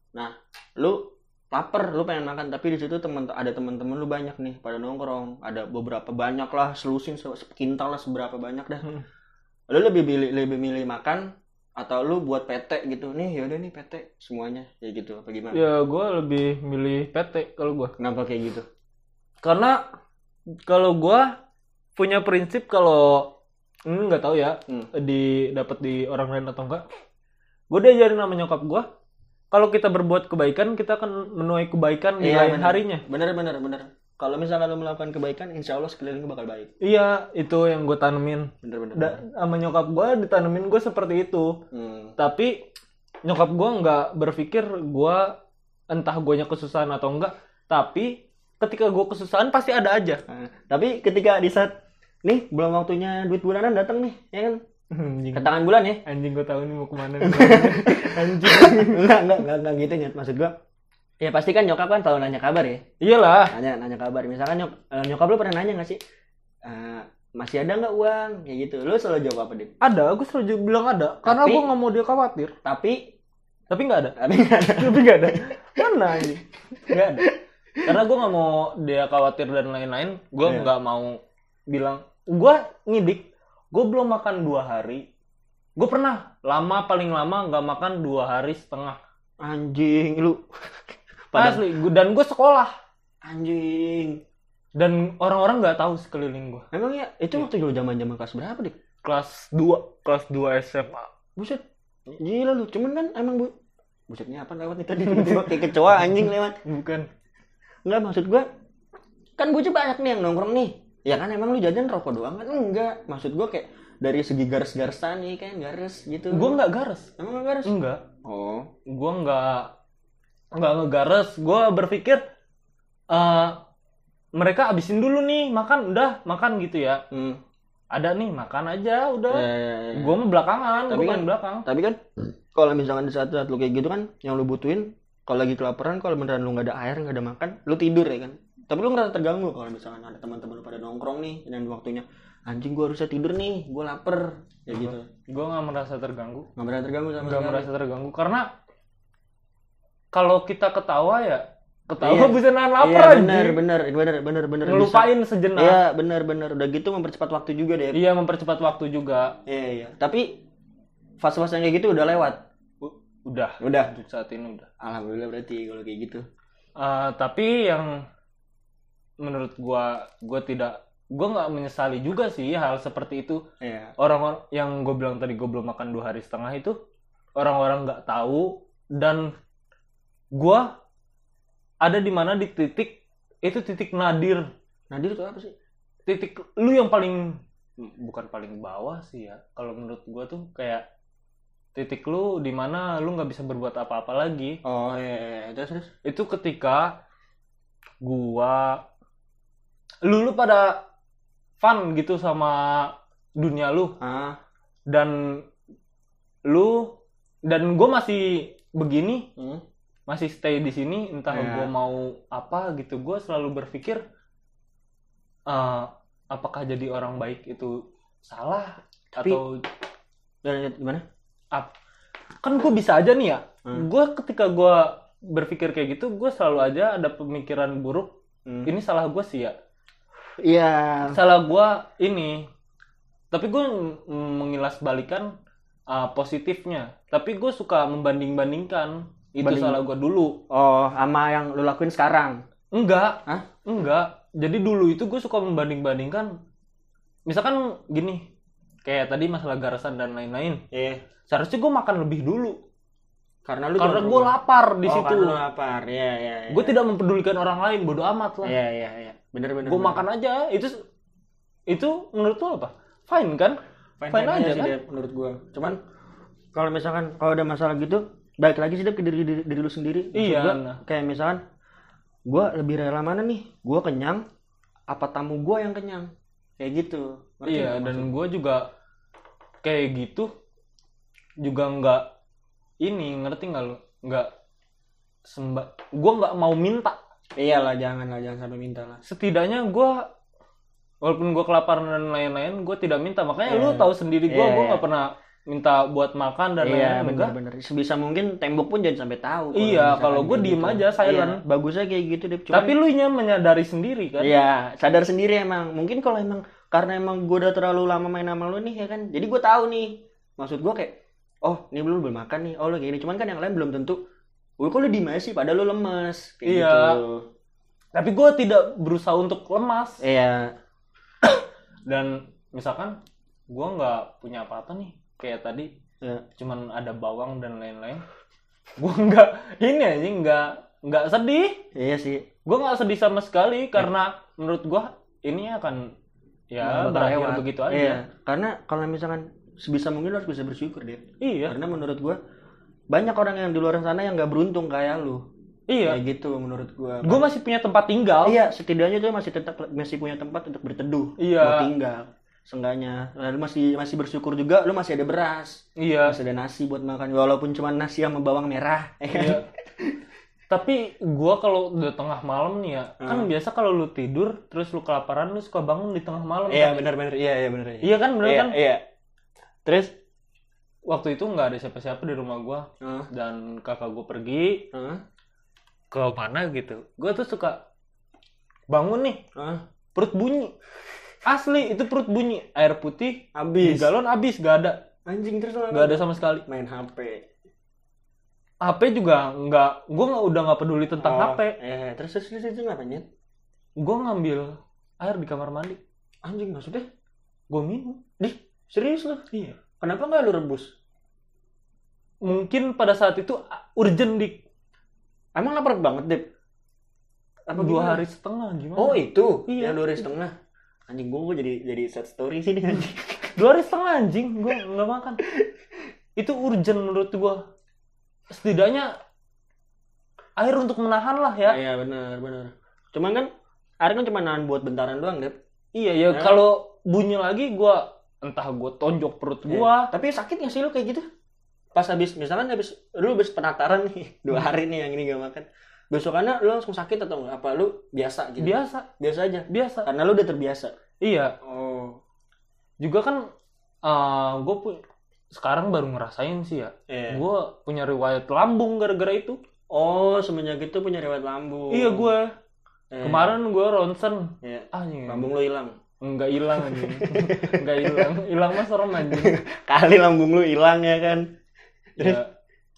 Lu lapar, lu pengen makan, tapi di situ temen ada teman-teman lu banyak nih pada nongkrong, ada beberapa banyak lah, selusin se- sekintal lah, seberapa banyak dah. Hmm. Lu lebih milih lebih milih makan atau lu buat P T gitu nih, yaudah nih P T semuanya kayak gitu apa gimana? Ya gue lebih milih P T kalau gue. Kenapa kayak gitu? Karena kalau gue punya prinsip kalau ini nggak tahu ya Hmm. di dapat di orang lain atau enggak. Gue diajarin sama nyokap gue, kalau kita berbuat kebaikan kita akan menuai kebaikan di Iya, lain bener. harinya. Bener bener bener. Kalau misalnya lo melakukan kebaikan, insya Allah sekeliling lo bakal baik. Iya, itu yang gue tanemin. Bener bener. Da, sama nyokap gue ditanemin gue seperti itu. Hmm. Tapi nyokap gue nggak berpikir gue entah guanya kesusahan atau enggak. Tapi ketika gue kesusahan pasti ada aja. Nah, tapi ketika di saat nih belum waktunya duit bulanan datang nih, ya kan? Anjing, Ke tangan bulan ya? anjing gue tahu nih mau kemana. nih. Anjing. enggak, enggak, enggak, enggak gitu Nyet. Maksud gua, ya pasti kan nyokap kan selalu nanya kabar ya. Iyalah. Nanya, nanya kabar. Misalkan nyok, eh, nyokap lu pernah nanya nggak sih? Eh, masih ada nggak uang? Ya gitu. Lu selalu jawab apa, Dit? Ada, gue selalu bilang ada. Karena Tapi- gue nggak mau dia khawatir. Tapi, Tapi nggak ada. tapi nggak ada. Tapi nggak ada. Mana anjing? Nggak ada. Karena gue nggak mau dia khawatir dan lain-lain. Gue Iya. nggak mau bilang. Gue ngidik. Gue belum makan dua hari. Gue pernah lama paling lama nggak makan dua hari setengah. Anjing, lu. Padahal- Asli. Gua- Dan gue sekolah. Anjing. Dan orang-orang nggak tahu sekeliling gue. Emang ya, itu waktu lu zaman-zaman kelas berapa, Dik? Kelas dua. Kelas dua S M A. Buset. Gila lu. Cuman kan emang bu. Busetnya apa lewat nih tadi? Tiba-tiba kayak kecoa anjing lewat. Bukan. Enggak, maksud gua kan bocah banyak nih yang nongkrong nih. Ya kan emang lu jajan rokok doang kan? Enggak. Maksud gua kayak dari segi garis-garisan nih kan garis gitu. Gue nggak gares. Emang nggak garis? Enggak. Oh. Gue nggak nggak ngegares. Gue berpikir eh mereka abisin dulu nih makan, udah makan gitu ya. Hmm. Ada nih makan aja udah. Ya, ya, ya. Gue mau belakangan, Tapi gue kan- paling belakang. Tapi kan kalau misalkan di saat-saat lu kayak gitu kan yang lu butuhin kalau lagi kelaparan, kalau beneran lu nggak ada air, nggak ada makan, lu tidur ya kan. Tapi lu ngerasa terganggu kalau misalkan ada teman-teman lu pada nongkrong nih dan waktunya anjing gua harusnya tidur nih, gua lapar ya gitu. Gue nggak merasa terganggu. Nggak pernah terganggu sama Nggak sekali. merasa terganggu karena kalau kita ketawa ya ketawa Iya. bisa nahan lapar Iya aja. bener bener bener bener bener bisa. Ngelupain sejenak. Iya bener bener udah gitu mempercepat waktu juga deh. Iya mempercepat waktu juga. Iya iya. Tapi fase-fase yang kayak gitu udah lewat. U- Udah. Udah. Untuk saat ini udah. Alhamdulillah berarti kalau kayak gitu. Eh, tapi yang menurut gua gua tidak gua nggak menyesali juga sih hal seperti itu. Iya. Orang-orang yang gue bilang tadi gue belum makan dua hari setengah itu orang-orang nggak tahu dan gue ada di mana di titik itu titik nadir, Nadir itu apa sih? titik lu yang paling bukan paling bawah sih ya kalau menurut gue tuh kayak titik lu di mana lu nggak bisa berbuat apa-apa lagi. Oh iya, iya, iya. Terus terus. Itu ketika gua lu lu pada fun gitu sama dunia lu Ah. dan lu dan gue masih begini Hmm. masih stay di sini entah Ya. gue mau apa gitu. Gue selalu berpikir eh, apakah jadi orang baik itu salah Tapi- atau Dan gimana? ap- kan gue bisa aja nih ya. Hmm. Gue ketika gue berpikir kayak gitu gue selalu aja ada pemikiran buruk. Hmm. Ini salah gue sih ya. Iya. Salah gua ini, tapi gue mengilas balikan uh, positifnya. Tapi gue suka membanding-bandingkan itu Banding- salah gua dulu. Oh, sama yang lu lakuin sekarang. Enggak, Hah? enggak. Jadi dulu itu gue suka membanding-bandingkan. Misalkan gini, kayak tadi masalah garasan dan lain-lain. Iya. Seharusnya gue makan lebih dulu, Karena lu karena jangan- gue lapar di Oh, situ. karena lu lapar. Iya, iya, iya. Gue tidak mempedulikan orang lain, bodo amat lah. Iya, iya, iya. Bener bener. Gue bener. makan aja. Itu itu menurut lo apa? Fine kan? Fine, Fine aja sih, kan? Dep, menurut gua. Cuman kalau misalkan kalau ada masalah gitu, balik lagi sih Dep, ke diri, diri, diri lu sendiri. Maksud Iya, gua, nah. kayak misalkan gua lebih rela mana nih? Gua kenyang apa tamu gua yang kenyang? Kayak gitu. Ngerti Iya, nggak dan maksud? gue juga kayak gitu juga nggak ini ngerti nggak lo? Nggak sembah. Gue nggak mau minta. Iyalah, jangan lah, jangan sampai minta lah. Setidaknya gue walaupun gue kelaparan dan lain-lain, gue tidak minta. Makanya Iya. lu tahu sendiri gue, Iya, gue iya. nggak pernah minta buat makan dan Iya, lain-lain. Enggak. bener-bener. Sebisa mungkin tembok pun jangan sampai tahu. Iya, misalkan kalau gua kayak diem aja, silent. Iya, bagusnya kayak gitu Dep. Cuman, Tapi lu nya menyadari sendiri kan? iya, sadar sendiri emang. Mungkin kalau emang karena emang gue udah terlalu lama main sama lu nih ya kan. Jadi gue tahu nih. Maksud gue kayak, oh ini belum belum makan nih. Oh lu kayak gini. Cuman kan yang lain belum tentu. Wah kok lu diem aja sih padahal lu lemes. Kayak Iya. gitu. Tapi gue tidak berusaha untuk lemas. Iya. Dan misalkan gue nggak punya apa-apa nih kayak tadi, Ya. cuman ada bawang dan lain-lain. Gue nggak ini aja nggak nggak sedih. Iya sih. Gue nggak sedih sama sekali karena menurut gue ini akan ya Bakal berakhir lewat. begitu aja. Iya. Karena kalau misalkan sebisa mungkin lo harus bisa bersyukur deh. Iya. Karena menurut gua banyak orang yang di luar sana yang nggak beruntung kayak lu. Iya. Kayak gitu menurut gua. Gue masih punya tempat tinggal. Iya, setidaknya tuh masih tetap masih punya tempat untuk berteduh. Iya. Mau tinggal. Seenggaknya. Lalu masih masih bersyukur juga lu masih ada beras. Iya. Masih ada nasi buat makan walaupun cuma nasi sama bawang merah. Iya. Tapi gue kalau udah tengah malam nih ya, Hmm. kan biasa kalau lu tidur terus lu kelaparan lu suka bangun di tengah malam. Iya, kan? benar-benar. Iya, iya benar. Iya kan, bener Iya, kan? iya. Terus Waktu itu nggak ada siapa-siapa di rumah gue Heeh. dan kakak gue pergi Heeh. ke mana gitu. Gue tuh suka bangun nih, Heeh. perut bunyi. Asli itu perut bunyi, air putih di Habis. galon habis, gak ada, Anjing terus lu gak ada sama sekali. main H P. H P juga nggak, gue nggak udah nggak peduli tentang Oh, H P. Eh, terus terus terus itu ngapain? Gue ngambil air di kamar mandi, Anjing maksudnya? gue minum. Dih, serius lu? Iya. Kenapa nggak lu rebus? Mungkin pada saat itu uh, urgent dik. Emang lapar banget, Dep? Apa Dua gimana? hari setengah gimana? Oh, itu. Iya. Yang dua hari setengah. Anjing gua, gua jadi jadi sad story sini anjing. Dua hari setengah anjing, gue nggak makan. Itu urgent menurut gue. Setidaknya air untuk menahan lah ya. Iya, benar, benar. Cuman kan air kan cuma nahan buat bentaran doang, Dep. Iya ya, Ya. kalau bunyi lagi gue entah gue tonjok perut gue. Iya. Tapi sakit nggak sih lu kayak gitu? Pas habis misalkan habis lu habis penataran nih, dua hari nih yang ini gak makan. Besokannya lu langsung sakit atau enggak? Apa lu biasa gitu? Biasa, Biasa aja. biasa. Karena lu udah terbiasa. Iya. Oh. Juga kan uh, gue pun sekarang baru ngerasain sih ya. Iya. Gue punya riwayat lambung gara-gara itu. Oh, semenjak itu punya riwayat lambung. Iya gue. Eh, Kemarin gue ronsen. Iya. Ah, iya. Lambung lu hilang. Enggak hilang anjing. Enggak hilang. Hilang mah serem anjing. Kali lambung lu hilang ya kan. Ya,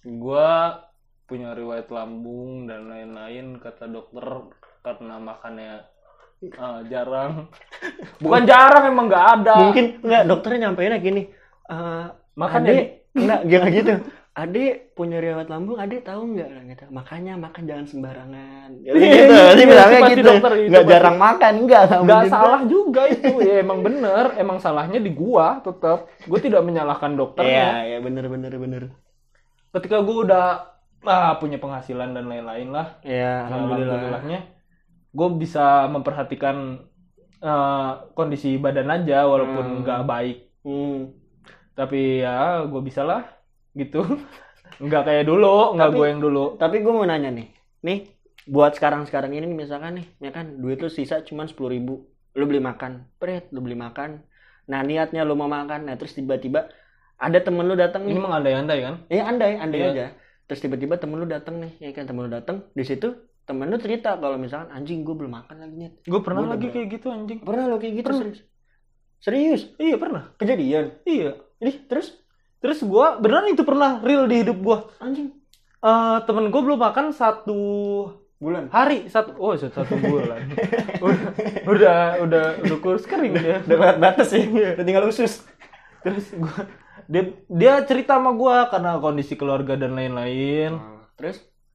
gua punya riwayat lambung dan lain-lain kata dokter karena makannya uh, jarang. Bukan jarang, emang nggak ada. Mungkin enggak dokternya nyampeinnya gini. Eh, Makannya Ade, enggak jangan gitu. Ade punya riwayat lambung, Ade tahu enggak gitu. Makanya makan jangan sembarangan. Gitu. Iya, gitu. iya, Sih itu bilangnya pasti gitu. dokter, itu Enggak pasti. jarang makan, enggak sama Nggak juga. salah juga itu. Ya emang bener, emang salahnya di gua tetap. Gua tidak menyalahkan Iya, dokternya. iya bener bener bener. Ketika gua udah ah, punya penghasilan dan lain-lain lah. Iya, alhamdulillah. Alhamdulillahnya gue bisa memperhatikan uh, kondisi badan aja walaupun Hmm. nggak baik, Hmm. tapi ya gue bisa lah gitu. Nggak kayak dulu, nggak Tapi- gue yang dulu. Tapi gue mau nanya nih. Nih, buat sekarang-sekarang ini misalkan nih, ya kan duit lu sisa cuma sepuluh ribu. Lu beli makan, pret, lu beli makan. Nah, niatnya lu mau makan, nah terus tiba-tiba ada temen lu datang Ini nih. mengandai-andai kan? Ya andai, andai Iya. aja. Terus tiba-tiba temen lu datang nih, ya kan temen lu datang. Di situ temen lu cerita kalau misalkan anjing gue belum makan lagi nih. Gue pernah Gua lagi udah- kayak gitu anjing. Pernah lo kayak gitu Pernah. serius? Serius? Iya pernah. Kejadian? Iya. Ini terus Terus gue beneran itu pernah real di hidup gue. anjing Eh temen gue belum makan satu bulan. hari, satu oh satu bulan. udah udah udah udah kurus kering dia. Udah lewat batas ya. Udah tinggal usus. Terus gua dia dia cerita sama gua karena kondisi keluarga dan lain-lain. Terus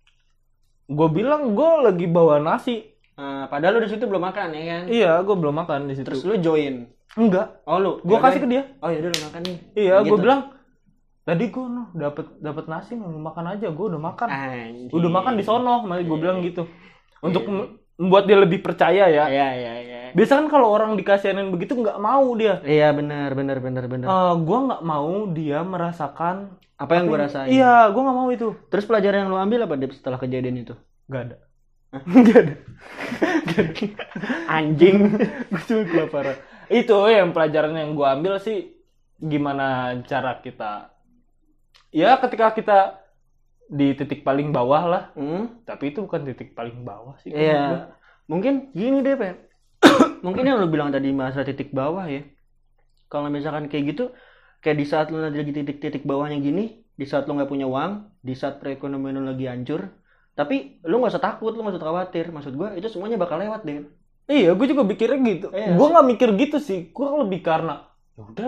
Gue bilang gue lagi bawa nasi. eh, padahal lu di situ belum makan ya kan? Iya, gue belum makan di situ. Terus lu join. Enggak, Oh lu. gue yaudah. kasih ke dia. Oh ya udah lu makan nih. Iya, Gitu. gue bilang tadi gue noh dapat dapat nasi nih, lu makan aja. Gue udah makan. Anjing. Udah makan di sono, malah gue Iya. bilang gitu. Untuk Iya. mem- membuat dia lebih percaya ya. Iya iya iya. Biasa kan kalau orang dikasihanin begitu nggak mau dia. Iya benar benar benar benar. Eh gue nggak mau dia merasakan Apa yang gue rasain? Iya, gue nggak mau itu. Terus pelajaran yang lu ambil apa Dep setelah kejadian itu? Gak ada. Hah? Gak ada. Anjing. Gue cuma kelaparan. Itu yang pelajaran yang gue ambil sih, gimana cara kita, ya ketika kita di titik paling bawah lah, Hmm? tapi itu bukan titik paling bawah sih. Iya. Mungkin gini deh, Pak. Mungkin yang lu bilang tadi masa titik bawah ya. Kalau misalkan kayak gitu, kayak di saat lu lagi titik-titik bawahnya gini, di saat lu nggak punya uang, di saat perekonomian lu lagi hancur, tapi lu nggak usah takut, lu nggak usah khawatir. Maksud gua itu semuanya bakal lewat deh. Iya, gue juga mikirnya gitu. Iya. Gue nggak mikir gitu sih, gue lebih karena, ya udah,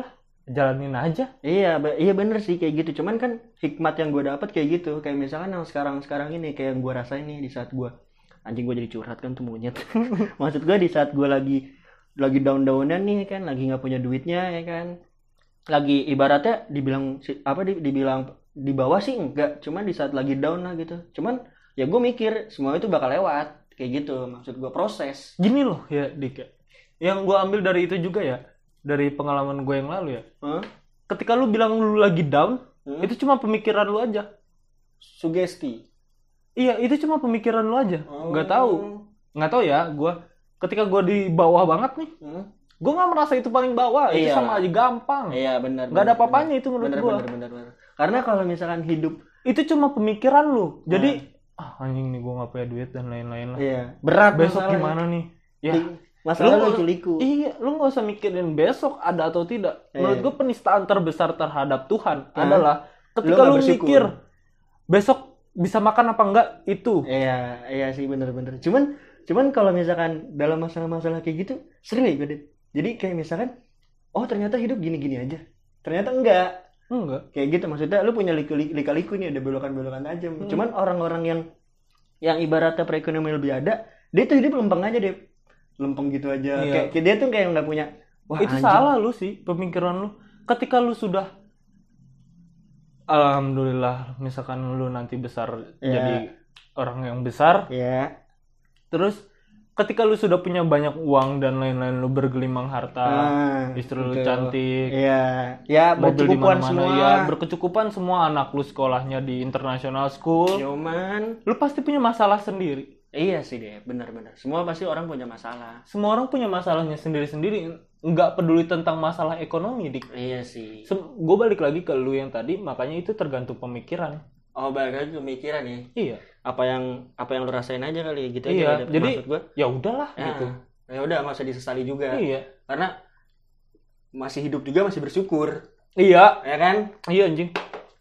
jalanin aja. Iya, be- iya bener sih kayak gitu. Cuman kan hikmat yang gue dapat kayak gitu. Kayak misalkan yang sekarang-sekarang ini kayak yang gue rasain nih di saat gue anjing gue jadi curhat kan tuh monyet. Maksud gue di saat gue lagi lagi down-downan nih kan, lagi nggak punya duitnya ya kan. Lagi ibaratnya dibilang si- apa di, dibilang di bawah sih enggak, cuman di saat lagi down lah gitu. Cuman ya gue mikir semua itu bakal lewat kayak gitu. Maksud gue proses. Gini loh ya Dik ya. Yang gue ambil dari itu juga ya, dari pengalaman gue yang lalu ya. Hah? Ketika lu bilang lu lagi down, Hmm? itu cuma pemikiran lu aja. Sugesti. Iya, itu cuma pemikiran lu aja. Oh. Nggak tahu. Nggak tahu ya, gue ketika gue di bawah banget nih, Hmm? gue nggak merasa itu paling bawah. Itu Iya. sama aja gampang. Iya benar. Nggak ada apa-apanya itu menurut bener, gue. bener, bener, bener. Karena kalau misalkan hidup Itu cuma pemikiran lu. Jadi, Nah. ah anjing nih gue nggak punya duit dan lain-lain lah. iya berat Besok masalahnya. gimana nih? Ya, Masalah Lu- liku-liku. iya, lu nggak usah mikirin besok ada atau tidak. Menurut Iya. gue penistaan terbesar terhadap Tuhan Hah? adalah ketika Lu nggak lu, bersyukur. mikir besok bisa makan apa enggak itu. Iya, iya sih bener-bener. Cuman, cuman kalau misalkan dalam masalah-masalah kayak gitu sering ya gue, Dit. Jadi kayak misalkan, oh ternyata hidup gini-gini aja. Ternyata enggak. Enggak. Kayak gitu maksudnya lu punya liku- lika-liku nih, ada belokan-belokan tajam. Hmm. Cuman orang-orang yang yang ibaratnya perekonomian lebih ada, dia tuh hidup lempeng aja deh. Lempeng gitu aja. Iya. Kayak, kayak dia tuh kayak nggak punya. Wah, Itu anjing. salah lu sih pemikiran lu. Ketika lu sudah alhamdulillah misalkan lu nanti besar Iya. jadi orang yang besar, Ya. terus ketika lu sudah punya banyak uang dan lain-lain, lu bergelimang harta, Ah, istri lu betul. cantik, Iya. Ya, mobil di bercukupan mana-mana, semua. ya berkecukupan semua, anak lu sekolahnya di international school, Cuman lu pasti punya masalah sendiri. iya sih deh, benar-benar. Semua pasti orang punya masalah. Semua orang punya masalahnya sendiri-sendiri, nggak peduli tentang masalah ekonomi, Dik. Iya sih. Gue balik lagi ke lu yang tadi, makanya itu tergantung pemikiran. Oh, balik lagi ke pemikiran ya. Iya. Apa yang apa yang lu rasain aja kali ya gitu Iya, aja. Dap. jadi- maksud gua. Ya udahlah Ya, gitu. ya udah nggak usah disesali juga. Iya. Karena masih hidup juga masih bersyukur, Iya, ya kan? iya anjing.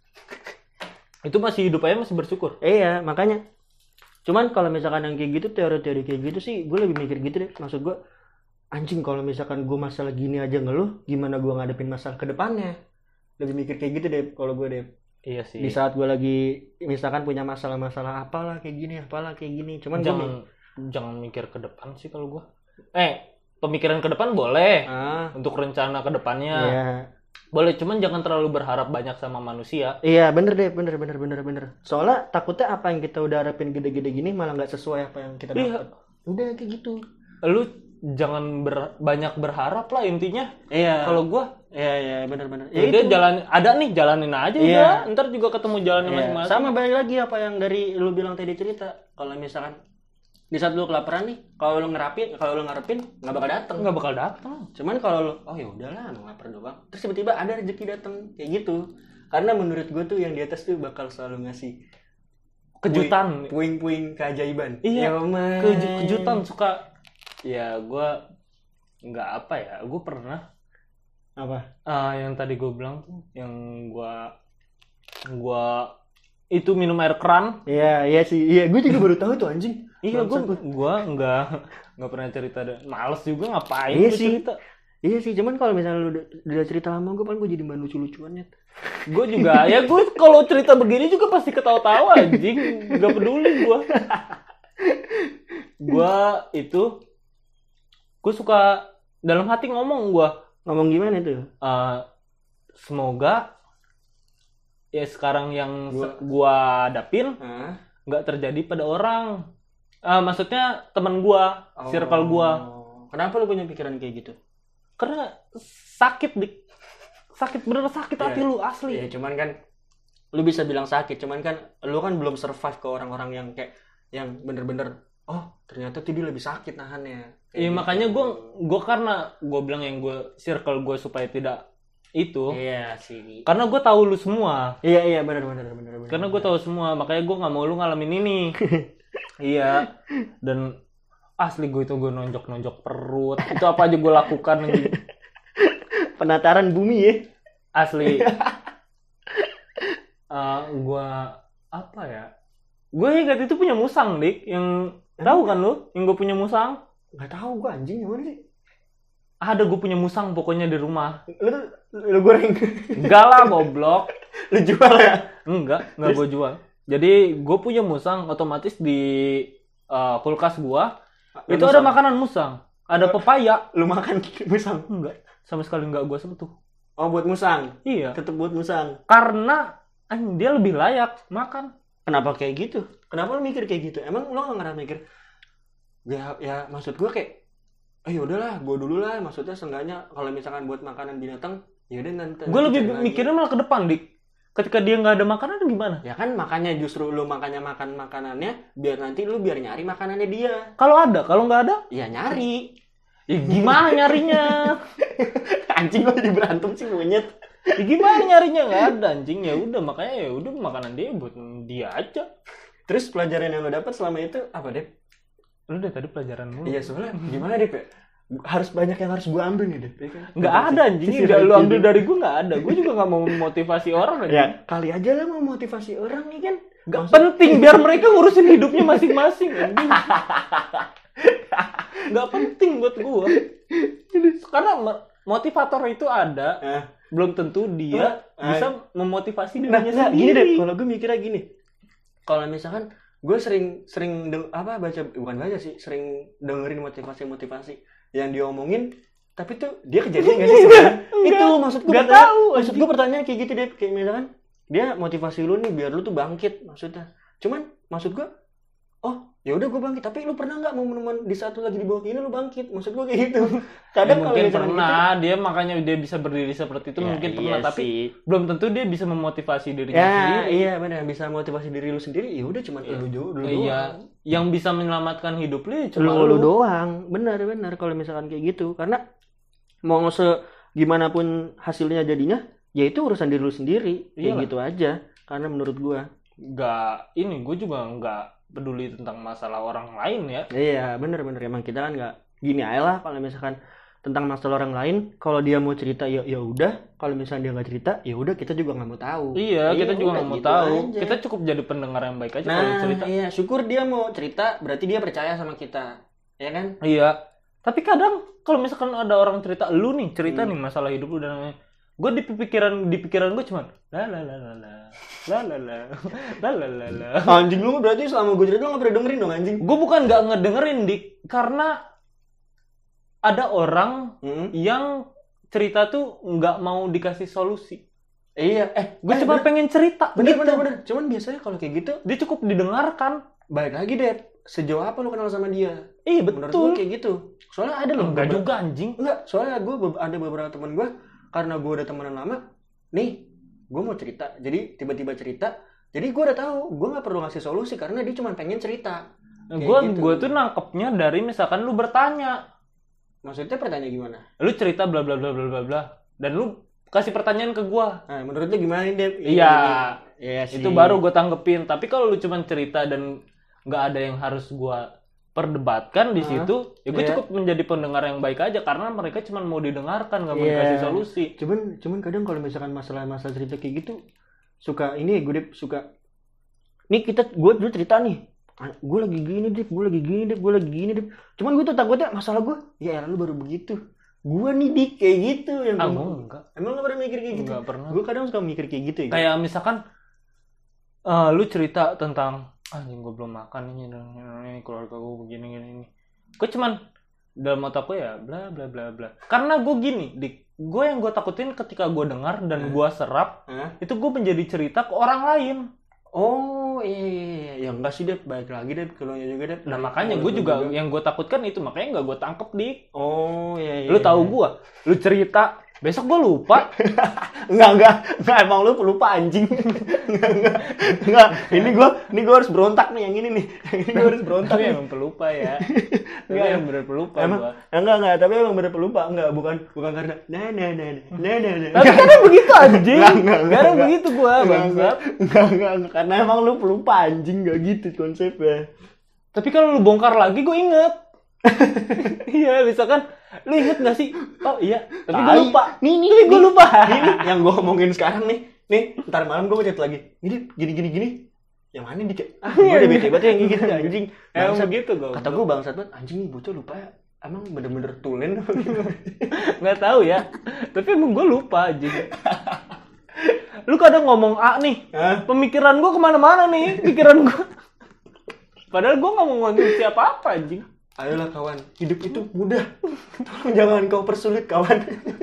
Itu masih hidup aja masih bersyukur. Iya, makanya. Cuman kalau misalkan yang kayak gitu, teori-teori kayak gitu sih, gue lebih mikir gitu deh. Maksud gue, anjing kalau misalkan gue masalah gini aja ngeluh, gimana gue ngadepin masalah ke depannya? Lebih mikir kayak gitu deh kalau gue deh. Iya sih. Di saat gue lagi misalkan punya masalah-masalah apalah kayak gini, apalah kayak gini. Cuman gue jangan jangan mikir ke depan sih kalau gua. Eh, pemikiran ke depan boleh ah, untuk rencana ke depannya. iya. Boleh, cuman jangan terlalu berharap banyak sama manusia. Iya, bener deh, bener bener bener bener. Soalnya takutnya apa yang kita udah harapin gede-gede gini malah nggak sesuai apa yang kita Iya. dapat. Udah kayak gitu. Lu jangan ber- banyak berharap lah intinya. Iya. Kalau gua Iya, iya, bener-bener. ya udah jalan ada nih jalanin aja Iya. udah. Ntar juga ketemu jalannya Iya, masing-masing. sama balik lagi apa yang dari lu bilang tadi cerita. Kalau misalkan di saat lu kelaparan nih, kalau lu ngerapin, kalau lu ngarepin nggak bakal dateng. Nggak bakal datang. Cuman kalau lu, oh ya udahlah, emang lapar doang. Terus tiba-tiba ada rezeki dateng kayak gitu. Karena menurut gue tuh yang di atas tuh bakal selalu ngasih Kejutan. puing-puing keajaiban. Iya, Ya, man. Keju- kejutan suka. Ya gua nggak apa ya. Gua pernah Apa? ah yang tadi gue bilang tuh, yang gua gua itu minum air keran. Iya, iya sih. Iya, gue juga baru tahu tuh anjing. Iya, gue Bangsat. gua nggak nggak pernah cerita deh. Males juga ngapain Iya gua sih. cerita. Iya sih, cuman kalau misalnya lu udah, udah cerita lama gue paling gue jadi bahan lucu-lucuannya. Gue juga ya gue kalau cerita begini juga pasti ketawa-tawa anjing. Gak peduli gue. Gue itu gue suka dalam hati ngomong gue. Ngomong gimana tuh? Uh, semoga ya sekarang yang Gua- se- gua hadapin Hah? nggak terjadi pada orang. Uh, maksudnya teman gua, circle gua. Oh. Kenapa lu punya pikiran kayak gitu? Karena sakit dik, sakit bener sakit hati Iya. lu asli. Ya cuman kan lu bisa bilang sakit, cuman kan lu kan belum survive ke orang-orang yang kayak yang bener-bener oh ternyata tuh dia lebih sakit nahannya. Kayak Iya gitu. makanya gue gue karena gue bilang yang gue circle gue supaya tidak itu Iya sih. karena gue tahu lu semua, Iya iya benar benar benar benar. karena gue tahu semua makanya gue nggak mau lu ngalamin ini. Iya, dan asli gue itu gue nonjok nonjok perut itu apa aja gue lakukan anjing. penataran bumi ya. Asli. Eh gue apa ya, gue ingat itu punya musang dik yang tahu kan lu yang gue punya musang. Nggak tahu gua anjing gimana sih? ada gue punya musang pokoknya di rumah. Lu lu goreng. Enggak lah, goblok. Lu jual ya? Enggak, enggak gue jual. Jadi gue punya musang, otomatis di uh, kulkas gue itu musang. ada makanan musang. Ada pepaya. Lu makan musang? Enggak, sama sekali enggak gue sentuh. Oh, buat musang? Iya. Tetep buat musang? Karena anjing dia lebih layak makan. Kenapa kayak gitu? Kenapa lu mikir kayak gitu? Emang lu gak ngerasa mikir? Ya, ya maksud gue kayak eh yaudahlah, gue dulu lah. Maksudnya seenggaknya kalau misalkan buat makanan binatang, yaudah nanti. Gue lebih mikirnya malah ke depan, Dik. Ketika dia nggak ada makanan gimana? Ya kan makanya justru lu makanya makan makanannya biar nanti lu biar nyari makanannya dia. Kalau ada, kalau nggak ada, ya nyari. Ya gimana nyarinya? Anjing, gue jadi berantem sih monyet. Ya gimana nyarinya, nggak ada anjing. Ya udah, makanya ya udah makanan dia buat dia aja. Terus pelajaran yang lo dapat selama itu apa, Dep? Lu dari tadi pelajaran mulu. Iya, soalnya gimana, Dep? Ya? Harus banyak yang harus gue ambil nih, Dep. Nggak ada anjing, udah lu ambil dari gue nggak ada. Gue juga nggak mau memotivasi orang aja. Ya kali aja lah mau motivasi orang nih kan. Nggak Maksud... penting, biar mereka ngurusin hidupnya masing-masing anjing. Nggak penting buat gue. Karena motivator itu ada, eh. belum tentu dia eh. bisa memotivasi dirinya nah, sendiri. Gini deh, kalau gue mikirnya gini. Kalau misalkan gue sering sering de- apa baca bukan baca sih, sering dengerin motivasi-motivasi yang diomongin, tapi tuh dia kejadian nggak sih sebenarnya? Itu maksud gue. Nggak tahu. Maksud gue pertanyaan kayak gitu deh, kayak misalkan dia motivasi lu nih biar lu tuh bangkit maksudnya. Cuman maksud gue, oh ya udah gue bangkit, tapi lu pernah nggak momen-momen di saat lu lagi di bawah ini lu bangkit? Maksud gue kayak gitu. Kadang ya, mungkin pernah gitu, dia makanya dia bisa berdiri seperti itu ya, mungkin iya pernah, sih. Tapi belum tentu dia bisa memotivasi dirinya ya, sendiri. Iya benar, bisa motivasi diri lu sendiri. Ya udah cuma ya. lu, lu doang. Iya, yang bisa menyelamatkan hidup lu cuma lu, lu doang. Benar benar kalau misalkan kayak gitu, karena mau se gimana pun hasilnya jadinya, ya itu urusan diri lu sendiri. Kayak Iyalah. Gitu aja. Karena menurut gua nggak ini, gue juga nggak peduli tentang masalah orang lain ya. Iya bener-bener, emang kita kan nggak gini aja lah kalau misalkan tentang masalah orang lain, kalau dia mau cerita ya ya udah, kalau misalnya dia nggak cerita ya udah, kita juga nggak mau tahu. Iya, kita juga nggak mau gitu tahu aja. Kita cukup jadi pendengar yang baik aja nah, kalau cerita. Iya, syukur dia mau cerita, berarti dia percaya sama kita, ya kan? Iya, tapi kadang kalau misalkan ada orang cerita, lu nih cerita hmm. nih masalah hidup lu dan gue di pikiran di pikiran gue cuman la la la la la la la la la la la la. Anjing, lu berarti selama gue cerita lu nggak pernah dengerin dong anjing? Gue bukan nggak ngedengerin, Dik, karena ada orang hmm? yang cerita tuh nggak mau dikasih solusi. Iya, eh gue eh, cuma bener, pengen cerita. Bener, gitu. bener bener. Cuman biasanya kalau kayak gitu dia cukup didengarkan. Baik lagi deh, sejauh apa lu kenal sama dia? Iya betul. Menurut gue kayak gitu. Soalnya ada loh. Enggak juga anjing. Enggak, soalnya gue ada beberapa teman gue, karena gue udah temenan lama, nih gue mau cerita, jadi tiba-tiba cerita, jadi gue udah tahu gue nggak perlu ngasih solusi karena dia cuma pengen cerita. Gue gitu. gue tuh nangkepnya dari misalkan lu bertanya. Maksudnya pertanyaan gimana? Lu cerita bla bla bla bla bla bla, dan lu kasih pertanyaan ke gue. Nah, menurut lu gimana nih, Dep? Iya, iya itu baru gue tanggepin. Tapi kalau lu cuma cerita dan nggak ada yang harus gue perdebatkan di situ, uh, ya gue yeah. cukup menjadi pendengar yang baik aja karena mereka cuma mau didengarkan, nggak mau yeah. dikasih solusi. Cuman, cuman kadang kalau misalkan masalah-masalah cerita kayak gitu, suka ini gue Dep, suka. Nih kita, gue dulu cerita nih, gue lagi gini Dep, gue lagi gini Dep, gue lagi gini Dep. Cuman gue tuh takutnya masalah gue, ya lu baru begitu. Gue nih Dik kayak gitu yang. Ah, gue enggak. Emang lu pernah mikir kayak gitu? Enggak pernah. Gue kadang suka mikir kayak gitu ya. Kayak misalkan, uh, lu cerita tentang, anjing gue belum makan ini, ini keluarga gue begini gini ini. Gue cuman dalam otak gue ya bla bla bla bla. Karena gue gini, Dik, gue yang gue takutin ketika gue dengar dan hmm. gue serap, hmm? itu gue menjadi cerita ke orang lain. Oh iya iya iya, ya enggak sih Dep, balik lagi Dep, kalau juga Dep. Nah makanya gue juga, juga yang gue takutkan itu, makanya nggak gue tangkep, Dik. Oh iya iya. Lu tahu gue, lu cerita. Besok gue lupa. Enggak, enggak. Enggak, emang lu pelupa anjing. Enggak, enggak. Enggak. Ini gue ini gue harus berontak nih yang ini nih. Yang ini gue harus berontak. Tapi emang pelupa ya. Enggak, yang bener pelupa emang, gua. Enggak, enggak. Tapi emang bener pelupa. Enggak, bukan bukan karena nah nah nah nah nah nah. Tapi karena begitu anjing. Karena begitu gue, bangsat. Enggak, enggak, enggak. Karena emang lu pelupa anjing, enggak gitu konsepnya. Tapi kalau lu bongkar lagi gue inget. Iya, misalkan lu inget gak sih? Oh iya, tapi gue lupa. Nih, nih, tapi gue lupa. Ini yang gue ngomongin sekarang nih. Nih, ntar malam gue mau chat lagi. Ini gini gini gini. Yang mana dik? Ah, gue udah bete banget yang gitu anjing. Emang begitu gue. Kata gue bangsat banget, anjing nih bocah lupa ya. emang bener-bener tulen. Nggak tahu ya. Tapi emang gue lupa aja. Lu kadang ngomong A nih, Hah? pemikiran gue kemana-mana nih, pikiran gue. Padahal gue nggak mau ngontrol siapa-apa anjing. Ayolah kawan, hidup itu mudah. Tolong jangan kau persulit kawan.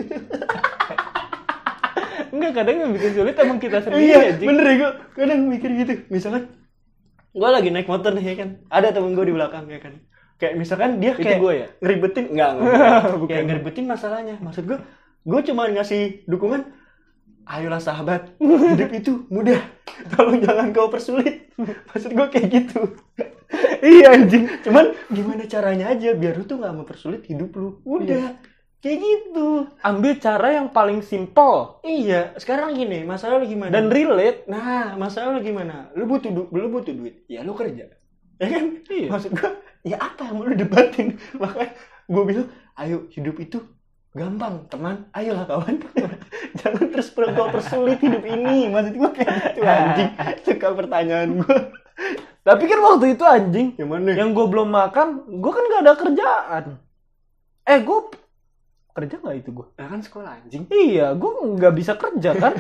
Enggak, kadang yang bikin sulit emang kita sendiri Iya, anjing. bener ya gue kadang mikir gitu. Misalkan gue lagi naik motor nih ya kan, ada temen gue di belakang ya kan. Kayak misalkan dia Itu kayak gue ya? ngeribetin, enggak, enggak, Bukan. kayak ngeribetin masalahnya. Maksud gue, gue cuma ngasih dukungan. Ayolah sahabat, hidup itu mudah. Tolong jangan kau persulit. Maksud gue kayak gitu. Iya anjing. Cuman gimana caranya aja biar lu tuh nggak mempersulit hidup lu. Udah, kayak gitu. Ambil cara yang paling simple Iya, sekarang gini, masalah lu gimana? dan relate. Nah, masalah lu gimana? Lu butuh du- lu butuh duit, ya lu kerja. Ya kan? Iya. Maksud gua, ya apa yang mau lu debatin? Makanya gua bilang, ayo hidup itu gampang, teman. Ayolah kawan. Jangan terus per- kau persulit hidup ini. Maksud gua kayak gitu anjing. Suka pertanyaan gua. Tapi kan waktu itu anjing, Yang mana? yang gue belum makan, gue kan gak ada kerjaan. Eh, gue kerja nggak itu gue? Ya kan sekolah anjing. Iya, gue nggak bisa kerja kan?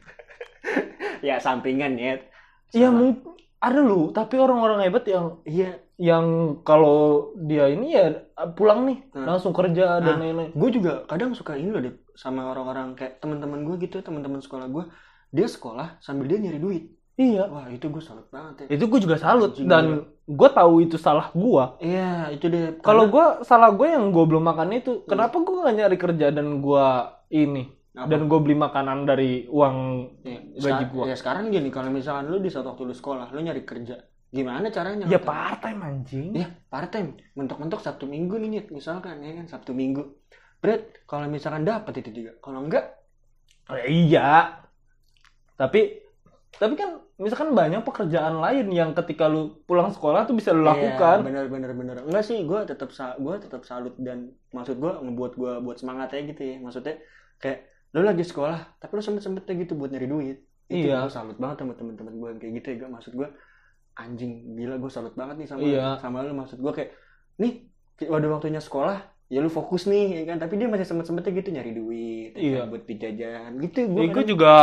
Ya sampingan ya. Iya, mungkin ada lu. Tapi orang-orang hebat yang Iya, yang kalau dia ini ya pulang nih Hmm. langsung kerja dan Nah, lain-lain. gue juga kadang suka ini loh Dep, sama orang-orang kayak teman-teman gue gitu, teman-teman sekolah gue, dia sekolah sambil dia nyari duit. Iya, Wah itu gue salut banget ya. itu gue juga salut Anjing, dan gue tahu itu salah gue. Iya itu deh. Kalau gue salah gue yang gue belum makan itu, kenapa gue nggak nyari kerja dan gue ini Apa? dan gue beli makanan dari uang ya, gaji seka- gue. ya sekarang gini, kalau misalkan lu di saat waktu lu sekolah, lu nyari kerja, gimana caranya? Ya Lu tahu? part time anjing. Ya part time, mentok-mentok Sabtu Minggu nih Nyet, misalkan ya kan Sabtu Minggu. Berat, kalau misalkan dapat itu juga, kalau enggak, Eh, iya. Tapi tapi kan misalkan banyak pekerjaan lain yang ketika lu pulang sekolah tuh bisa lu lakukan. Iya, bener bener bener. Enggak sih, gue tetap sa gue tetap salut dan maksud gue ngebuat gue buat semangat aja gitu ya. Maksudnya kayak lu lagi sekolah, tapi lu sempet sempetnya gitu buat nyari duit. Itu Iya. gue salut banget sama teman-teman gue kayak gitu ya. Gak maksud gue anjing gila, gue salut banget nih sama Iya. sama lu. Maksud gue kayak nih waduh waktunya sekolah ya lu fokus nih ya kan, tapi dia masih sempet sempetnya gitu nyari duit ya Iya. kan, buat dijajan gitu. Ya, Gue gue juga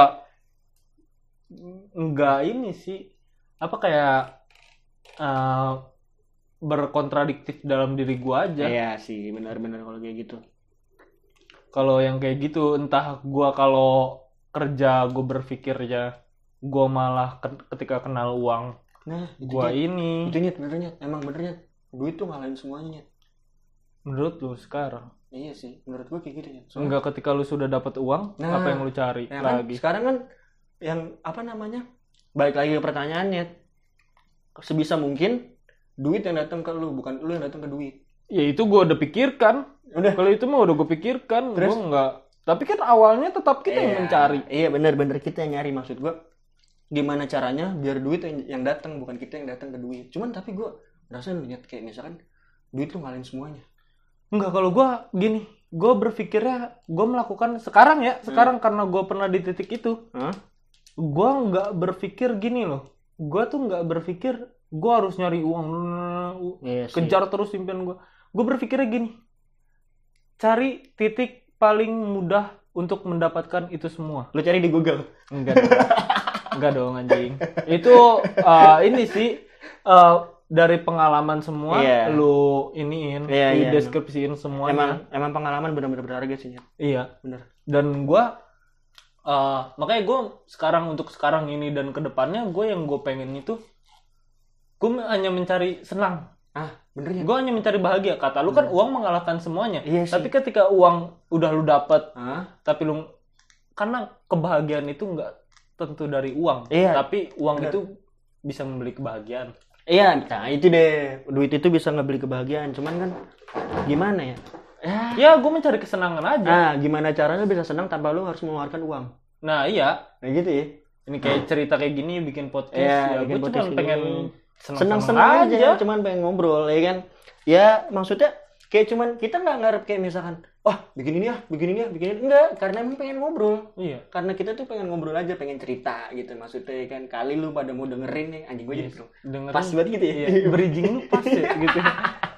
enggak ini sih apa kayak eh, berkontradiktif dalam diri gue aja. iya sih benar-benar kalau kayak gitu. Kalau yang kayak gitu entah gue kalau kerja gue berpikir ya gue malah ke- ketika kenal uang Nah itu gue Nyet. ini itu Nyet, bener Nyet, emang bener Nyet, duit tuh ngalahin semuanya Nyet. menurut lu sekarang Iya sih, menurut gua kayak gitu ya. Soalnya, enggak ketika lu sudah dapat uang Nah, apa yang lu cari ya kan, lagi sekarang kan yang apa namanya? Balik lagi ke pertanyaannya. Sebisa mungkin duit yang datang ke lu, bukan lu yang datang ke duit. ya itu gue udah pikirkan. Udah. Kalau itu mah udah gue pikirkan, gue Terus? enggak. Tapi kan awalnya tetap kita yang Iya, mencari. Iya benar-benar kita yang nyari, maksud gua. Gimana caranya biar duit yang, yang datang, bukan kita yang datang ke duit. Cuman tapi gua ngerasa Nyet kayak misalkan duit tuh ngalahin semuanya. Enggak, kalau gue gini, gue berpikirnya gue melakukan sekarang ya, sekarang karena gue pernah di titik itu, Hah? gue nggak berpikir gini loh. Gue tuh nggak berpikir gue harus nyari uang, Iya sih. kejar terus impian gue. Gue berpikirnya gini, cari titik paling mudah untuk mendapatkan itu semua. Lu cari di Google. Enggak dong. Enggak dong anjing. Itu uh, ini sih uh, dari pengalaman semua Iya. lu iniin, Iya, di iya, deskripsiin semuanya. Emang emang pengalaman benar-benar berharga sih Nyet. Iya. Bener. Dan gua uh, makanya gue sekarang untuk sekarang ini dan kedepannya gue yang gue pengen itu gue hanya mencari senang. Ah, bener ya. Gue hanya mencari bahagia. Kata lu kan uang mengalahkan semuanya. Iya sih. Tapi ketika uang udah lu dapat, Hah? tapi lu karena kebahagiaan itu nggak tentu dari uang. Iya. Tapi uang Bener. itu bisa membeli kebahagiaan. Iya, nah itu deh. Duit itu bisa ngebeli kebahagiaan. Cuman kan gimana ya? Ya. Ya gue mencari kesenangan aja. Nah, gimana caranya bisa senang tanpa lu harus mengeluarkan uang? Nah iya. Nah gitu ya. Ini kayak cerita kayak gini bikin podcast. Iya, ya bikin gue cuma podcast pengen gini. senang-senang Senang-senang aja. aja. Cuman pengen ngobrol, ya kan? Ya maksudnya kayak cuman kita nggak ngarep kayak misalkan, wah bikin ini ya, bikin ini ya, bikin ini enggak, karena emang pengen ngobrol. Iya. Karena kita tuh pengen ngobrol aja, pengen cerita gitu maksudnya ya kan. Kali lu pada mau dengerin nih, anjing gue jadi Yes. bro. Dengerin. Pas banget gitu ya. Iya, bridging lu pas ya gitu.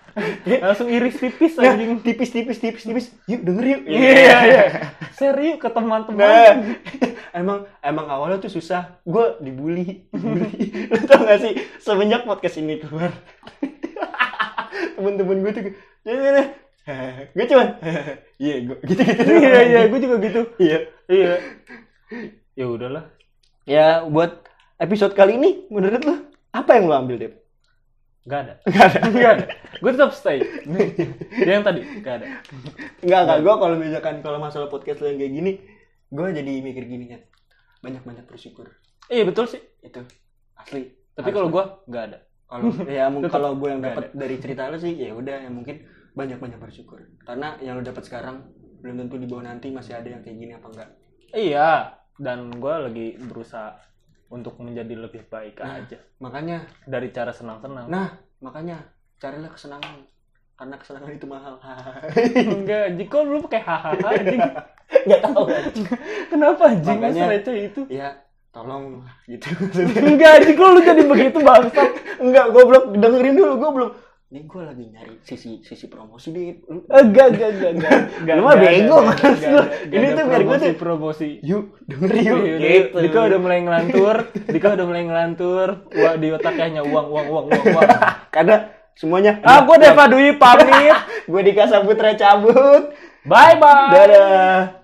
Langsung iris tipis Nah, anjing. tipis tipis tipis tipis. Yuk denger yuk. Iya, iya. Share yuk ke teman-teman. Nah, emang emang awalnya tuh susah. Gue dibully, dibully. Lo tau gak sih semenjak podcast ini keluar, temen-temen gue tuh, jadi gue cuman, iya gue gitu gitu. Iya, iya, gue juga gitu. Iya, Iya. Ya udahlah. ya buat episode kali ini, menurut lo apa yang lo ambil Dep? Gak ada. Gak ada, Gak ada. Gue tetap stay. Dia yang tadi gak ada. Enggak, enggak. Gue kalau misalkan kalau masalah podcast lo yang kayak gini, gue jadi mikir gini kan, banyak-banyak bersyukur. Iya betul sih. Itu asli. Tapi kalau gue gak ada. Kalau ya mungkin Tetep kalau gue yang nggak dapat dari cerita lo sih, ya udah, ya mungkin banyak-banyak bersyukur. Karena yang lo dapat sekarang belum tentu di bawah nanti masih ada yang kayak gini apa enggak. Iya. Dan gue lagi berusaha untuk menjadi lebih baik Nah, aja. makanya, Dari cara senang-senang. nah makanya carilah kesenangan. Karena kesenangan itu mahal. Enggak, anjing. Kok lu pakai hahaha anjing? Enggak tahu anjing. Kenapa anjing? Makanya- Makanya receh itu. Ya, tolong gitu. Enggak anjing, kok lu jadi begitu bangsat? Enggak, gue belum dengerin dulu, gue belum. Ini gue lagi nyari sisi sisi promosi nih. Lu- Enggak, enggak, enggak, enggak. Enggak, Lu mah enggak, bego, enggak, Mas. enggak, Lu. enggak, Ini enggak tuh ada biar gua tuh- promosi. Yuk, dengerin yuk. Iya, Gitu. Dika udah mulai ngelantur, Dika udah mulai ngelantur. Wah, di otaknya hanya uang, uang, uang, uang, uang. Karena semuanya. Ah, gue Deva Dwi pamit. Gue Dika Saputra cabut. Bye bye. Dadah.